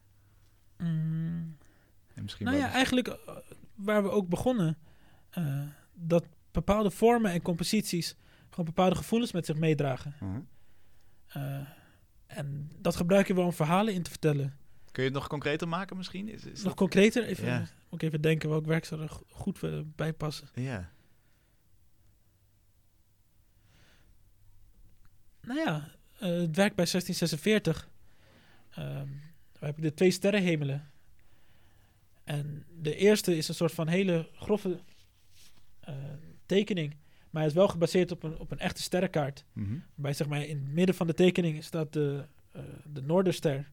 Mm.
En misschien
nou ja, dus... eigenlijk uh, waar we ook begonnen. Uh, dat bepaalde vormen en composities gewoon bepaalde gevoelens met zich meedragen. Uh-huh. Uh, en dat gebruik je wel om verhalen in te vertellen.
Kun je het nog concreter maken misschien? Is, is
nog
dat...
concreter? Even,
ja.
Moet ik even denken welk werk zou er goed uh, bij passen.
Ja.
Nou ja... uh, het werk bij zestien zesenveertig. Um, daar heb ik de twee sterrenhemelen. En de eerste is een soort van hele grove uh, tekening. Maar hij is wel gebaseerd op een, op een echte sterrenkaart.
Mm-hmm.
Waarbij zeg maar, in het midden van de tekening staat de, uh, de Noorderster.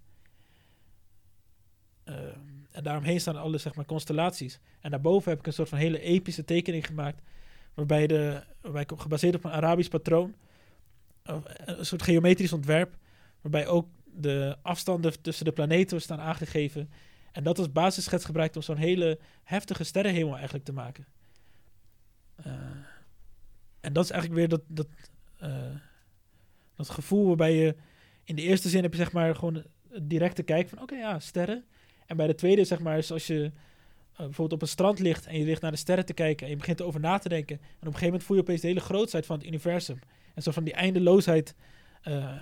Uh, en daaromheen staan alle zeg maar, constellaties. En daarboven heb ik een soort van hele epische tekening gemaakt. Waarbij, de, waarbij ik gebaseerd op een Arabisch patroon. Uh, een soort geometrisch ontwerp. Waarbij ook de afstanden tussen de planeten staan aangegeven. En dat als basisschets gebruikt om zo'n hele heftige sterrenhemel eigenlijk te maken. Uh, en dat is eigenlijk weer dat, dat, uh, dat gevoel waarbij je... In de eerste zin heb je zeg maar gewoon het directe kijken van... Oké, okay, ja, sterren. En bij de tweede zeg maar is als je uh, bijvoorbeeld op een strand ligt... en je ligt naar de sterren te kijken en je begint erover na te denken... en op een gegeven moment voel je opeens de hele grootsheid van het universum. En zo van die eindeloosheid... Uh,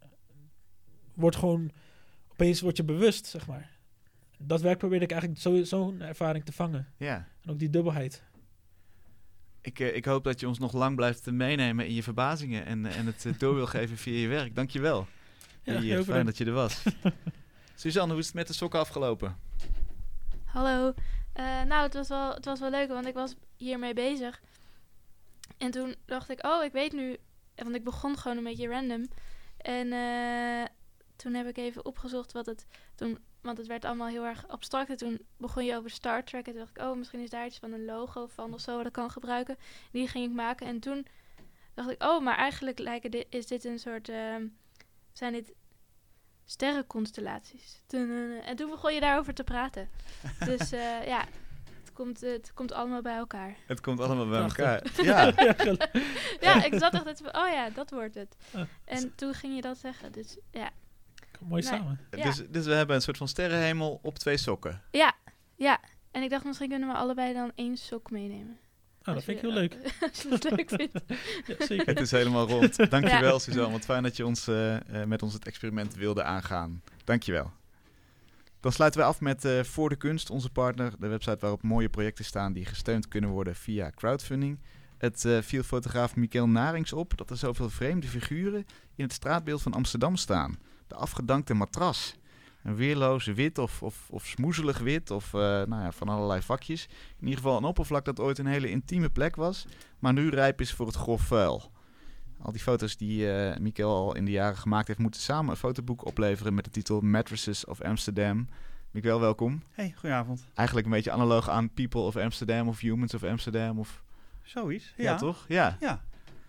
wordt gewoon... Opeens word je bewust, zeg maar. Dat werk probeerde ik eigenlijk zo, zo'n ervaring te vangen.
Ja.
En ook die dubbelheid.
Ik, uh, ik hoop dat je ons nog lang blijft meenemen in je verbazingen... en, en het uh, door wil geven via je werk. Dank je wel.
Ja,
Hier, fijn bedankt. Dat je er was. Suzanne, hoe is het met de sokken afgelopen?
Hallo. Uh, nou, het was, wel, het was wel leuk, want ik was hiermee bezig. En toen dacht ik, oh, ik weet nu... Want ik begon gewoon een beetje random. En uh, toen heb ik even opgezocht wat het... Toen, want het werd allemaal heel erg abstract. En toen begon je over Star Trek. En toen dacht ik, oh, misschien is daar iets van een logo van of zo... wat ik kan gebruiken. Die ging ik maken. En toen dacht ik, oh, maar eigenlijk lijken dit, is dit een soort... Uh, zijn dit... sterrenconstellaties. En toen begon je daarover te praten. Dus uh, ja, het komt, het komt allemaal bij elkaar.
Het komt allemaal bij
Prachtig.
elkaar. Ja.
Ja, ik zat echt van, oh ja, dat wordt het. En toen ging je dat zeggen. Dus ja.
Mooi
nee.
samen.
Ja.
Dus, dus we hebben een soort van sterrenhemel op twee sokken.
Ja, ja. En ik dacht, misschien kunnen we allebei dan één sok meenemen.
Oh, dat vind ik heel leuk.
Als je dat leuk vindt.
Ja, zeker.
Het is helemaal rond. Dankjewel,
Ja.
Suzanne. Wat fijn dat je ons, uh, uh, met ons het experiment wilde aangaan. Dankjewel. Dan sluiten we af met uh, Voor de Kunst, onze partner. De website waarop mooie projecten staan die gesteund kunnen worden via crowdfunding. Het uh, viel fotograaf Michael Narings op dat er zoveel vreemde figuren in het straatbeeld van Amsterdam staan. De afgedankte matras. Een weerloos wit of, of, of smoezelig wit of uh, nou ja, van allerlei vakjes. In ieder geval een oppervlak dat ooit een hele intieme plek was, maar nu rijp is voor het grof vuil. Al die foto's die uh, Michael al in de jaren gemaakt heeft, moeten samen een fotoboek opleveren met de titel Mattresses of Amsterdam. Michael, welkom.
Hey, goedenavond.
Eigenlijk een beetje analoog aan People of Amsterdam of Humans of Amsterdam. Of...
Zoiets, ja.
Ja, toch? Ja.
Ja.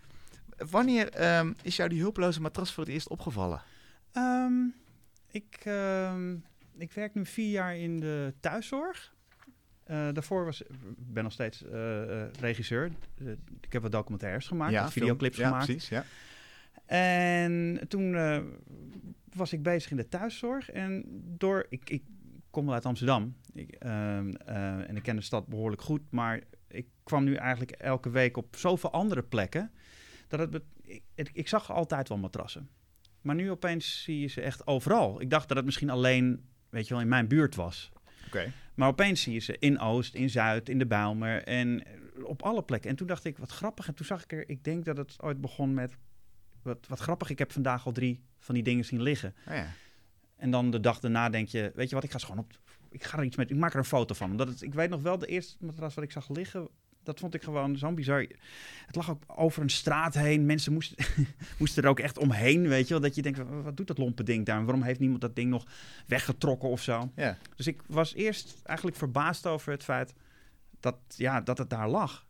Wanneer um, is jou die hulpeloze matras voor het eerst opgevallen?
Um, ik, um, ik werk nu vier jaar in de thuiszorg. Uh, daarvoor was ik ben nog steeds uh, uh, regisseur. Uh, ik heb wat documentaires gemaakt,
Ja,
wat videoclips
film. Ja,
gemaakt.
precies, ja.
En toen uh, was ik bezig in de thuiszorg. En door, ik, ik kom wel uit Amsterdam. Ik, uh, uh, en ik ken de stad behoorlijk goed. Maar ik kwam nu eigenlijk elke week op zoveel andere plekken. Dat het, ik, ik, ik zag altijd wel matrassen. Maar nu opeens zie je ze echt overal. Ik dacht dat het misschien alleen, weet je wel, in mijn buurt was.
Oké. Okay.
Maar opeens zie je ze in Oost, in Zuid, in de Bijlmer en op alle plekken. En toen dacht ik, wat grappig. En toen zag ik er, ik denk dat het ooit begon met, wat, wat grappig. Ik heb vandaag al drie van die dingen zien liggen.
Oh ja.
En dan de dag daarna denk je, weet je wat, ik ga ze gewoon op, ik ga er iets met, ik maak er een foto van. Omdat het, ik weet nog wel, de eerste matras wat ik zag liggen, dat vond ik gewoon zo'n bizar. Het lag ook over een straat heen. Mensen moesten, moesten er ook echt omheen, weet je wel. Dat je denkt, wat doet dat lompe ding daar? Waarom heeft niemand dat ding nog weggetrokken of zo?
Ja.
Dus ik was eerst eigenlijk verbaasd over het feit dat, ja, dat het daar lag.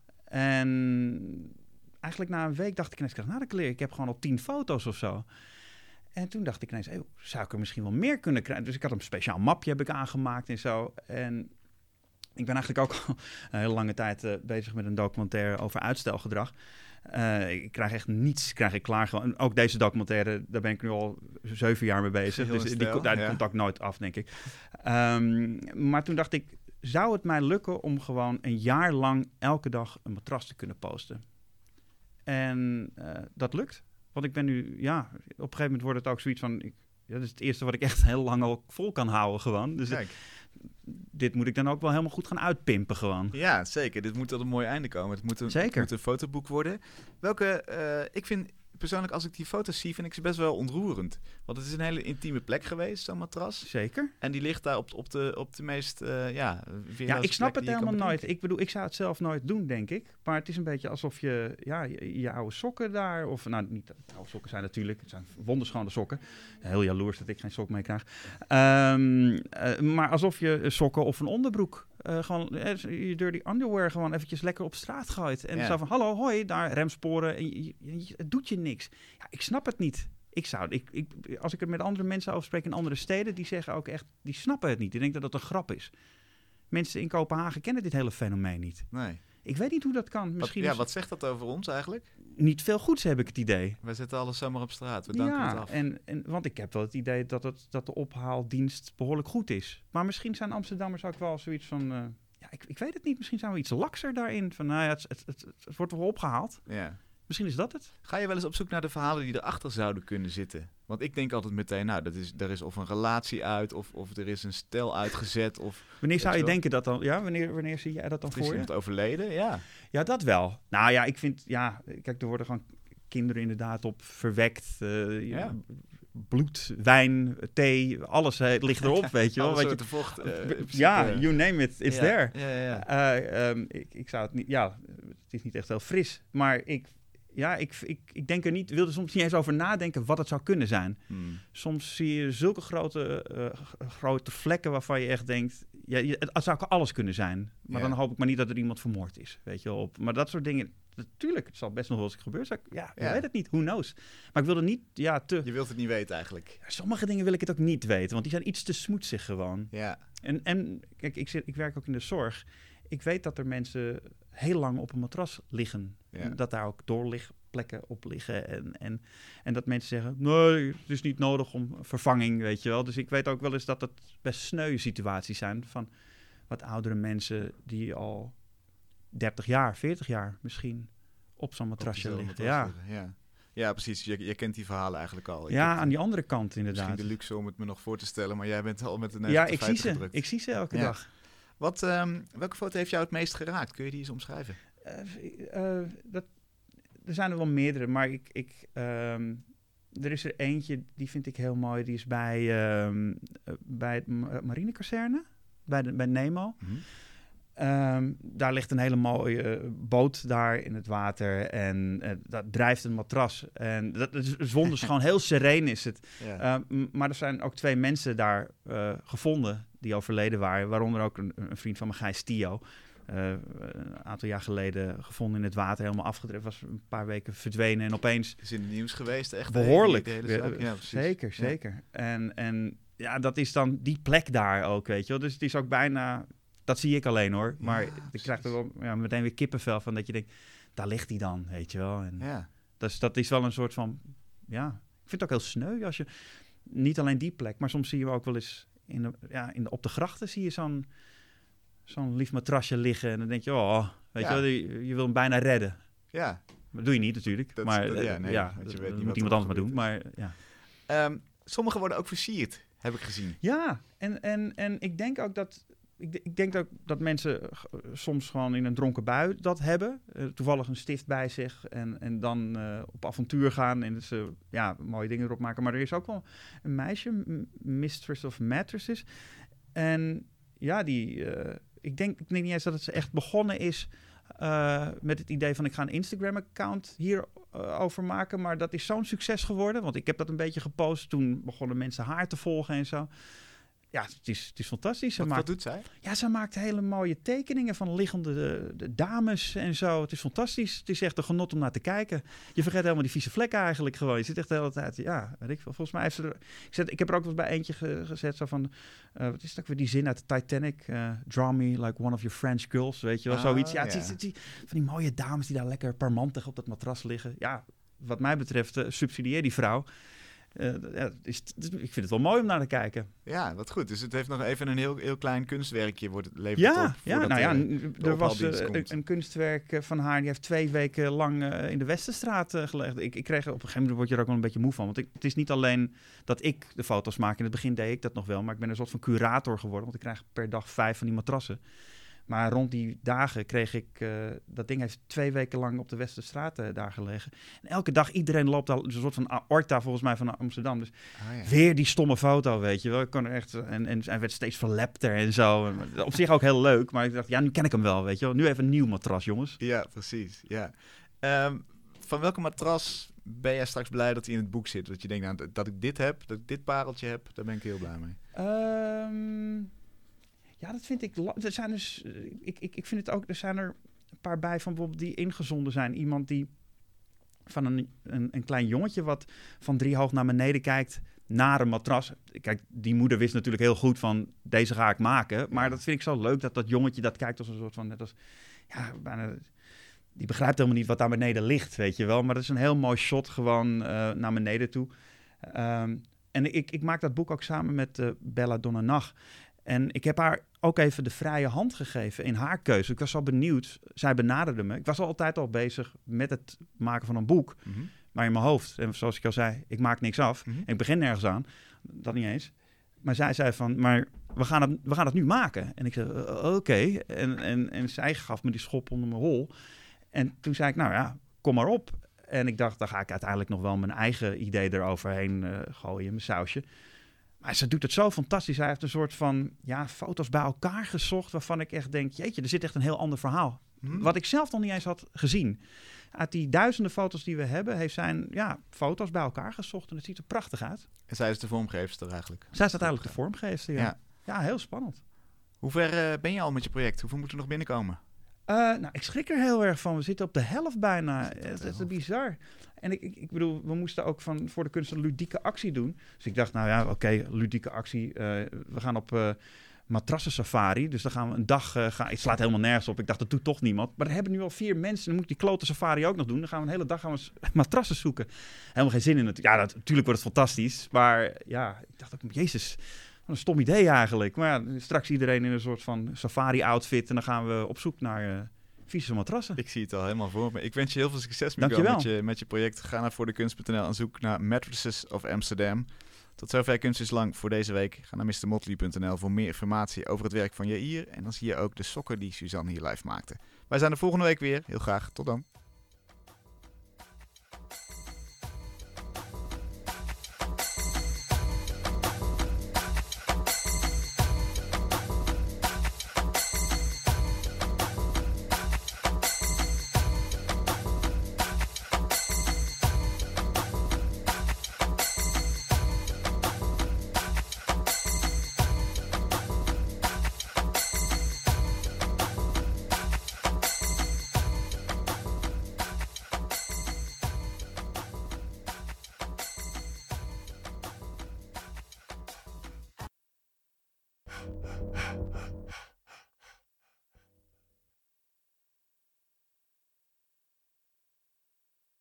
En eigenlijk na een week dacht ik ineens, nou, de ik heb gewoon al tien foto's of zo. En toen dacht ik ineens, hey, zou ik er misschien wel meer kunnen krijgen? Dus ik had een speciaal mapje heb ik aangemaakt en zo. En ik ben eigenlijk ook al een hele lange tijd uh, bezig met een documentaire over uitstelgedrag. Uh, ik krijg echt niets krijg ik klaar. Gewoon. Ook deze documentaire, daar ben ik nu al zeven jaar mee bezig.
Heel
Dus
stel,
die, daar
ja.
komt ook nooit af, denk ik. Um, maar toen dacht ik, zou het mij lukken om gewoon een jaar lang elke dag een matras te kunnen posten? En uh, dat lukt. Want ik ben nu, ja, op een gegeven moment wordt het ook zoiets van, ik, ja, dat is het eerste wat ik echt heel lang al vol kan houden gewoon. Dus
Kijk.
Dit moet ik dan ook wel helemaal goed gaan uitpimpen gewoon.
Ja, zeker. Dit moet tot een mooi einde komen. Het moet een,
Zeker.
het moet een fotoboek worden. Welke, uh, ik vind persoonlijk, als ik die foto's zie, vind ik ze best wel ontroerend. Want het is een hele intieme plek geweest, zo'n matras.
Zeker.
En die ligt daar op, op, de, op de meest, uh, ja...
Ja, ik snap het helemaal nooit. Ik bedoel, ik zou het zelf nooit doen, denk ik. Maar het is een beetje alsof je, ja, je, je oude sokken daar... Of, nou, niet oude sokken zijn natuurlijk. Het zijn wonderschone sokken. Heel jaloers dat ik geen sok mee krijg. Um, uh, maar alsof je sokken of een onderbroek... Uh, gewoon uh, je dirty underwear gewoon eventjes lekker op straat gooit. En ja. zo van, hallo, hoi, daar remsporen. En je, je, je, het doet je niks. Ja, ik snap het niet. Ik zou, ik, ik, als ik het met andere mensen over spreek in andere steden, die zeggen ook echt, die snappen het niet. Die denken dat het een grap is. Mensen in Kopenhagen kennen dit hele fenomeen niet.
Nee.
Ik weet niet hoe dat kan. Misschien
wat, ja, wat zegt dat over ons eigenlijk?
Niet veel goeds, heb ik het idee.
We zetten alles zomaar op straat. We danken
ja,
het af.
En, en, want ik heb wel het idee dat, het, dat de ophaaldienst behoorlijk goed is. Maar misschien zijn Amsterdammers ook wel zoiets van... Uh, ja, ik, ik weet het niet. Misschien zijn we iets lakser daarin. Van, nou ja, het, het, het, het wordt wel opgehaald.
Ja.
Misschien is dat het.
Ga je wel eens op zoek naar de verhalen die erachter zouden kunnen zitten? Want ik denk altijd meteen, nou, dat is, er is of een relatie uit, of, of er is een stel uitgezet. Of,
wanneer zou je wel denken dat dan? Ja, wanneer, wanneer zie jij dat dan
of
voor je?
Is iemand overleden? Ja.
Ja, dat wel. Nou ja, ik vind, ja, kijk, er worden gewoon kinderen inderdaad op verwekt. Uh, ja. Bloed, wijn, thee, alles uh, ligt erop, weet je wel.
Alle
soorten
vocht. Uh,
ja, you name it, it's
ja,
there.
Ja, ja.
Uh, um, ik, ik zou het niet, ja, het is niet echt heel fris, maar ik, ja, ik, ik, ik denk er niet, wilde soms niet eens over nadenken wat het zou kunnen zijn. Hmm. Soms zie je zulke grote, uh, grote vlekken waarvan je echt denkt, ja, je, het, het zou alles kunnen zijn. Maar ja. dan hoop ik maar niet dat er iemand vermoord is, weet je wel. Op. Maar dat soort dingen, natuurlijk, het zal best nog wel eens gebeuren. Ja, ik ja. weet het niet, who knows. Maar ik wilde niet, ja, te...
Je wilt het niet weten eigenlijk.
Ja, sommige dingen wil ik het ook niet weten, want die zijn iets te smoetsig gewoon.
Ja.
En, en kijk, ik, zit, ik werk ook in de zorg. Ik weet dat er mensen heel lang op een matras liggen. Ja. Dat daar ook doorligplekken op liggen. En, en, en dat mensen zeggen, nee, het is niet nodig om vervanging, weet je wel. Dus ik weet ook wel eens dat het best sneu situaties zijn van wat oudere mensen die al dertig jaar, veertig jaar misschien op zo'n matrasje op liggen.
Matras
ja.
liggen. Ja. Ja, precies. Je, je kent die verhalen eigenlijk al. Ik
ja,
heb,
aan die andere kant inderdaad.
Misschien de luxe om het me nog voor te stellen, maar jij bent al met de neus
ja,
op de
ik
feiten
zie ze.
gedrukt.
Ik zie ze elke
ja.
dag.
Wat, um, welke foto heeft jou het meest geraakt? Kun je die eens omschrijven?
Uh, uh, dat, er zijn er wel meerdere, maar ik, ik, um, er is er eentje, die vind ik heel mooi. Die is bij, um, bij het marinekazerne, bij, de, bij Nemo. Mm-hmm. Um, daar ligt een hele mooie uh, boot daar in het water en uh, dat drijft een matras. En dat, dat is wonders, gewoon heel sereen is het. Ja. Uh, maar er zijn ook twee mensen daar uh, gevonden die overleden waren, waaronder ook een, een vriend van me, Gijs Tio. Uh, een aantal jaar geleden gevonden in het water, helemaal afgedreven, was een paar weken verdwenen en opeens...
Is in het nieuws geweest, echt?
Behoorlijk.
De hele zaak? Ja,
zeker, zeker. Ja. En, en ja, dat is dan die plek daar ook, weet je wel. Dus het is ook bijna... Dat zie ik alleen hoor, maar ja, je krijgt er wel ja, meteen weer kippenvel van dat je denkt, daar ligt hij dan, weet je wel. En
ja.
dus dat is wel een soort van, ja, ik vind het ook heel sneu als je, niet alleen die plek, maar soms zie je ook wel eens, in de, ja, in de, op de grachten zie je zo'n, zo'n lief matrasje liggen en dan denk je, oh, weet ja. je wel, je, je wil hem bijna redden.
Ja.
Dat doe je niet natuurlijk, dat, maar
dat, ja, nee,
ja,
je
dat,
weet
dat
niet
moet iemand anders maar doen, maar ja.
Um, sommige worden ook versierd, heb ik gezien.
Ja, en, en, en ik denk ook dat... Ik, ik denk ook dat mensen uh, soms gewoon in een dronken bui dat hebben. Uh, toevallig een stift bij zich en, en dan uh, op avontuur gaan en ze uh, ja, mooie dingen erop maken. Maar er is ook wel een meisje, M- Mistress of Mattresses. En ja, die, uh, ik, denk, ik denk niet eens dat het ze echt begonnen is uh, met het idee van ik ga een Instagram-account hier uh, over maken. Maar dat is zo'n succes geworden, want ik heb dat een beetje gepost. Toen begonnen mensen haar te volgen en zo. Ja, het is, het is fantastisch. Ze
wat,
maakt,
wat doet zij?
Ja, ze maakt hele mooie tekeningen van liggende de, de dames en zo. Het is fantastisch. Het is echt een genot om naar te kijken. Je vergeet helemaal die vieze vlekken eigenlijk gewoon. Je zit echt de hele tijd, ja, weet ik veel. Volgens mij heeft ze er... Ik, zet, ik heb er ook wel eens bij eentje ge, gezet, zo van... Uh, wat is het ook weer, die zin uit de Titanic? Uh, Draw me like one of your French girls, weet je wel, ah, zoiets. Ja, ja. Het is, het is, van die mooie dames die daar lekker parmantig op dat matras liggen. Ja, wat mij betreft, uh, subsidieer die vrouw. Uh, ja, is, ik vind het wel mooi om naar te kijken.
Ja, wat goed. Dus het heeft nog even een heel, heel klein kunstwerkje wordt het levert
ja,
op.
Ja, nou ja, er was uh, een, een kunstwerk van haar, die heeft twee weken lang uh, in de Westerstraat uh, gelegd. Ik, ik kreeg op een gegeven moment word je er ook wel een beetje moe van. Want ik, het is niet alleen dat ik de foto's maak. In het begin deed ik dat nog wel, maar ik ben een soort van curator geworden. Want ik krijg per dag vijf van die matrassen. Maar rond die dagen kreeg ik... Uh, dat ding heeft twee weken lang op de Westerstraat uh, daar gelegen. En elke dag, iedereen loopt al een soort van aorta volgens mij van Amsterdam. Dus
Ah, ja.
weer die stomme foto, weet je wel. Ik kon er echt, en, en hij werd steeds verlepter en zo. Op zich ook heel leuk, maar ik dacht, ja, nu ken ik hem wel, weet je wel. Nu even een nieuw matras, jongens.
Ja, precies. Ja. Um, van welke matras ben jij straks blij dat hij in het boek zit? Dat je denkt, nou, dat ik dit heb, dat ik dit pareltje heb, daar ben ik heel blij mee.
Um, ja, dat vind ik... Er zijn dus... Ik, ik, ik vind het ook... Er zijn er een paar bij van bijvoorbeeld die ingezonden zijn. Iemand die van een, een, een klein jongetje wat van drie hoog naar beneden kijkt naar een matras. Kijk, die moeder wist natuurlijk heel goed van deze ga ik maken. Maar dat vind ik zo leuk dat dat jongetje dat kijkt als een soort van... Net als, ja, bijna... Die begrijpt helemaal niet wat daar beneden ligt, weet je wel. Maar dat is een heel mooi shot gewoon uh, naar beneden toe. Um, en ik, ik maak dat boek ook samen met uh, Bella Donnenach. En ik heb haar ook even de vrije hand gegeven in haar keuze. Ik was al benieuwd. Zij benaderde me. Ik was al altijd al bezig met het maken van een boek.
Mm-hmm. Maar
in mijn hoofd, en zoals ik al zei, ik maak niks af.
Mm-hmm.
En ik begin nergens aan. Dat niet eens. Maar zij zei van, maar we gaan het, we gaan het nu maken. En ik zei, uh, oké. Okay. En, en, en zij gaf me die schop onder mijn hol. En toen zei ik, nou ja, kom maar op. En ik dacht, dan ga ik uiteindelijk nog wel mijn eigen idee eroverheen uh, gooien, mijn sausje. Maar ze doet het zo fantastisch. Hij heeft een soort van ja, foto's bij elkaar gezocht, waarvan ik echt denk, jeetje, er zit echt een heel ander verhaal. Hmm. Wat ik zelf nog niet eens had gezien. Uit die duizenden foto's die we hebben, heeft zij ja, foto's bij elkaar gezocht. En het ziet er prachtig uit.
En zij is de vormgeefster eigenlijk?
Zij is uiteindelijk de vormgeefster, ja. Ja, ja heel spannend.
Hoe ver uh, ben je al met je project? Hoeveel moet er nog binnenkomen?
Uh, nou, ik schrik er heel erg van. We zitten op de helft bijna. Het is uh, bizar. En ik, ik, ik bedoel, we moesten ook van voor de kunst een ludieke actie doen. Dus ik dacht, nou ja, oké, okay, ludieke actie. Uh, we gaan op uh, matrassen safari. Dus dan gaan we een dag uh, gaan. Het slaat helemaal nergens op. Ik dacht, dat doet toch niemand. Maar er hebben nu al vier mensen. Dan moet ik die klote safari ook nog doen. Dan gaan we een hele dag gaan we matrassen zoeken. Helemaal geen zin in het. Ja, dat, natuurlijk wordt het fantastisch. Maar ja, ik dacht ook, jezus. Een stom idee eigenlijk. Maar ja, straks iedereen in een soort van safari-outfit. En dan gaan we op zoek naar uh, vieze matrassen.
Ik zie het al helemaal voor me. Ik wens je heel veel succes met je, met je project. Ga naar voordekunst punt n l en zoek naar Mattresses of Amsterdam. Tot zover Kunst is Lang voor deze week. Ga naar mister motley punt n l voor meer informatie over het werk van Jair. En dan zie je ook de sokken die Suzanne hier live maakte. Wij zijn er volgende week weer. Heel graag. Tot dan.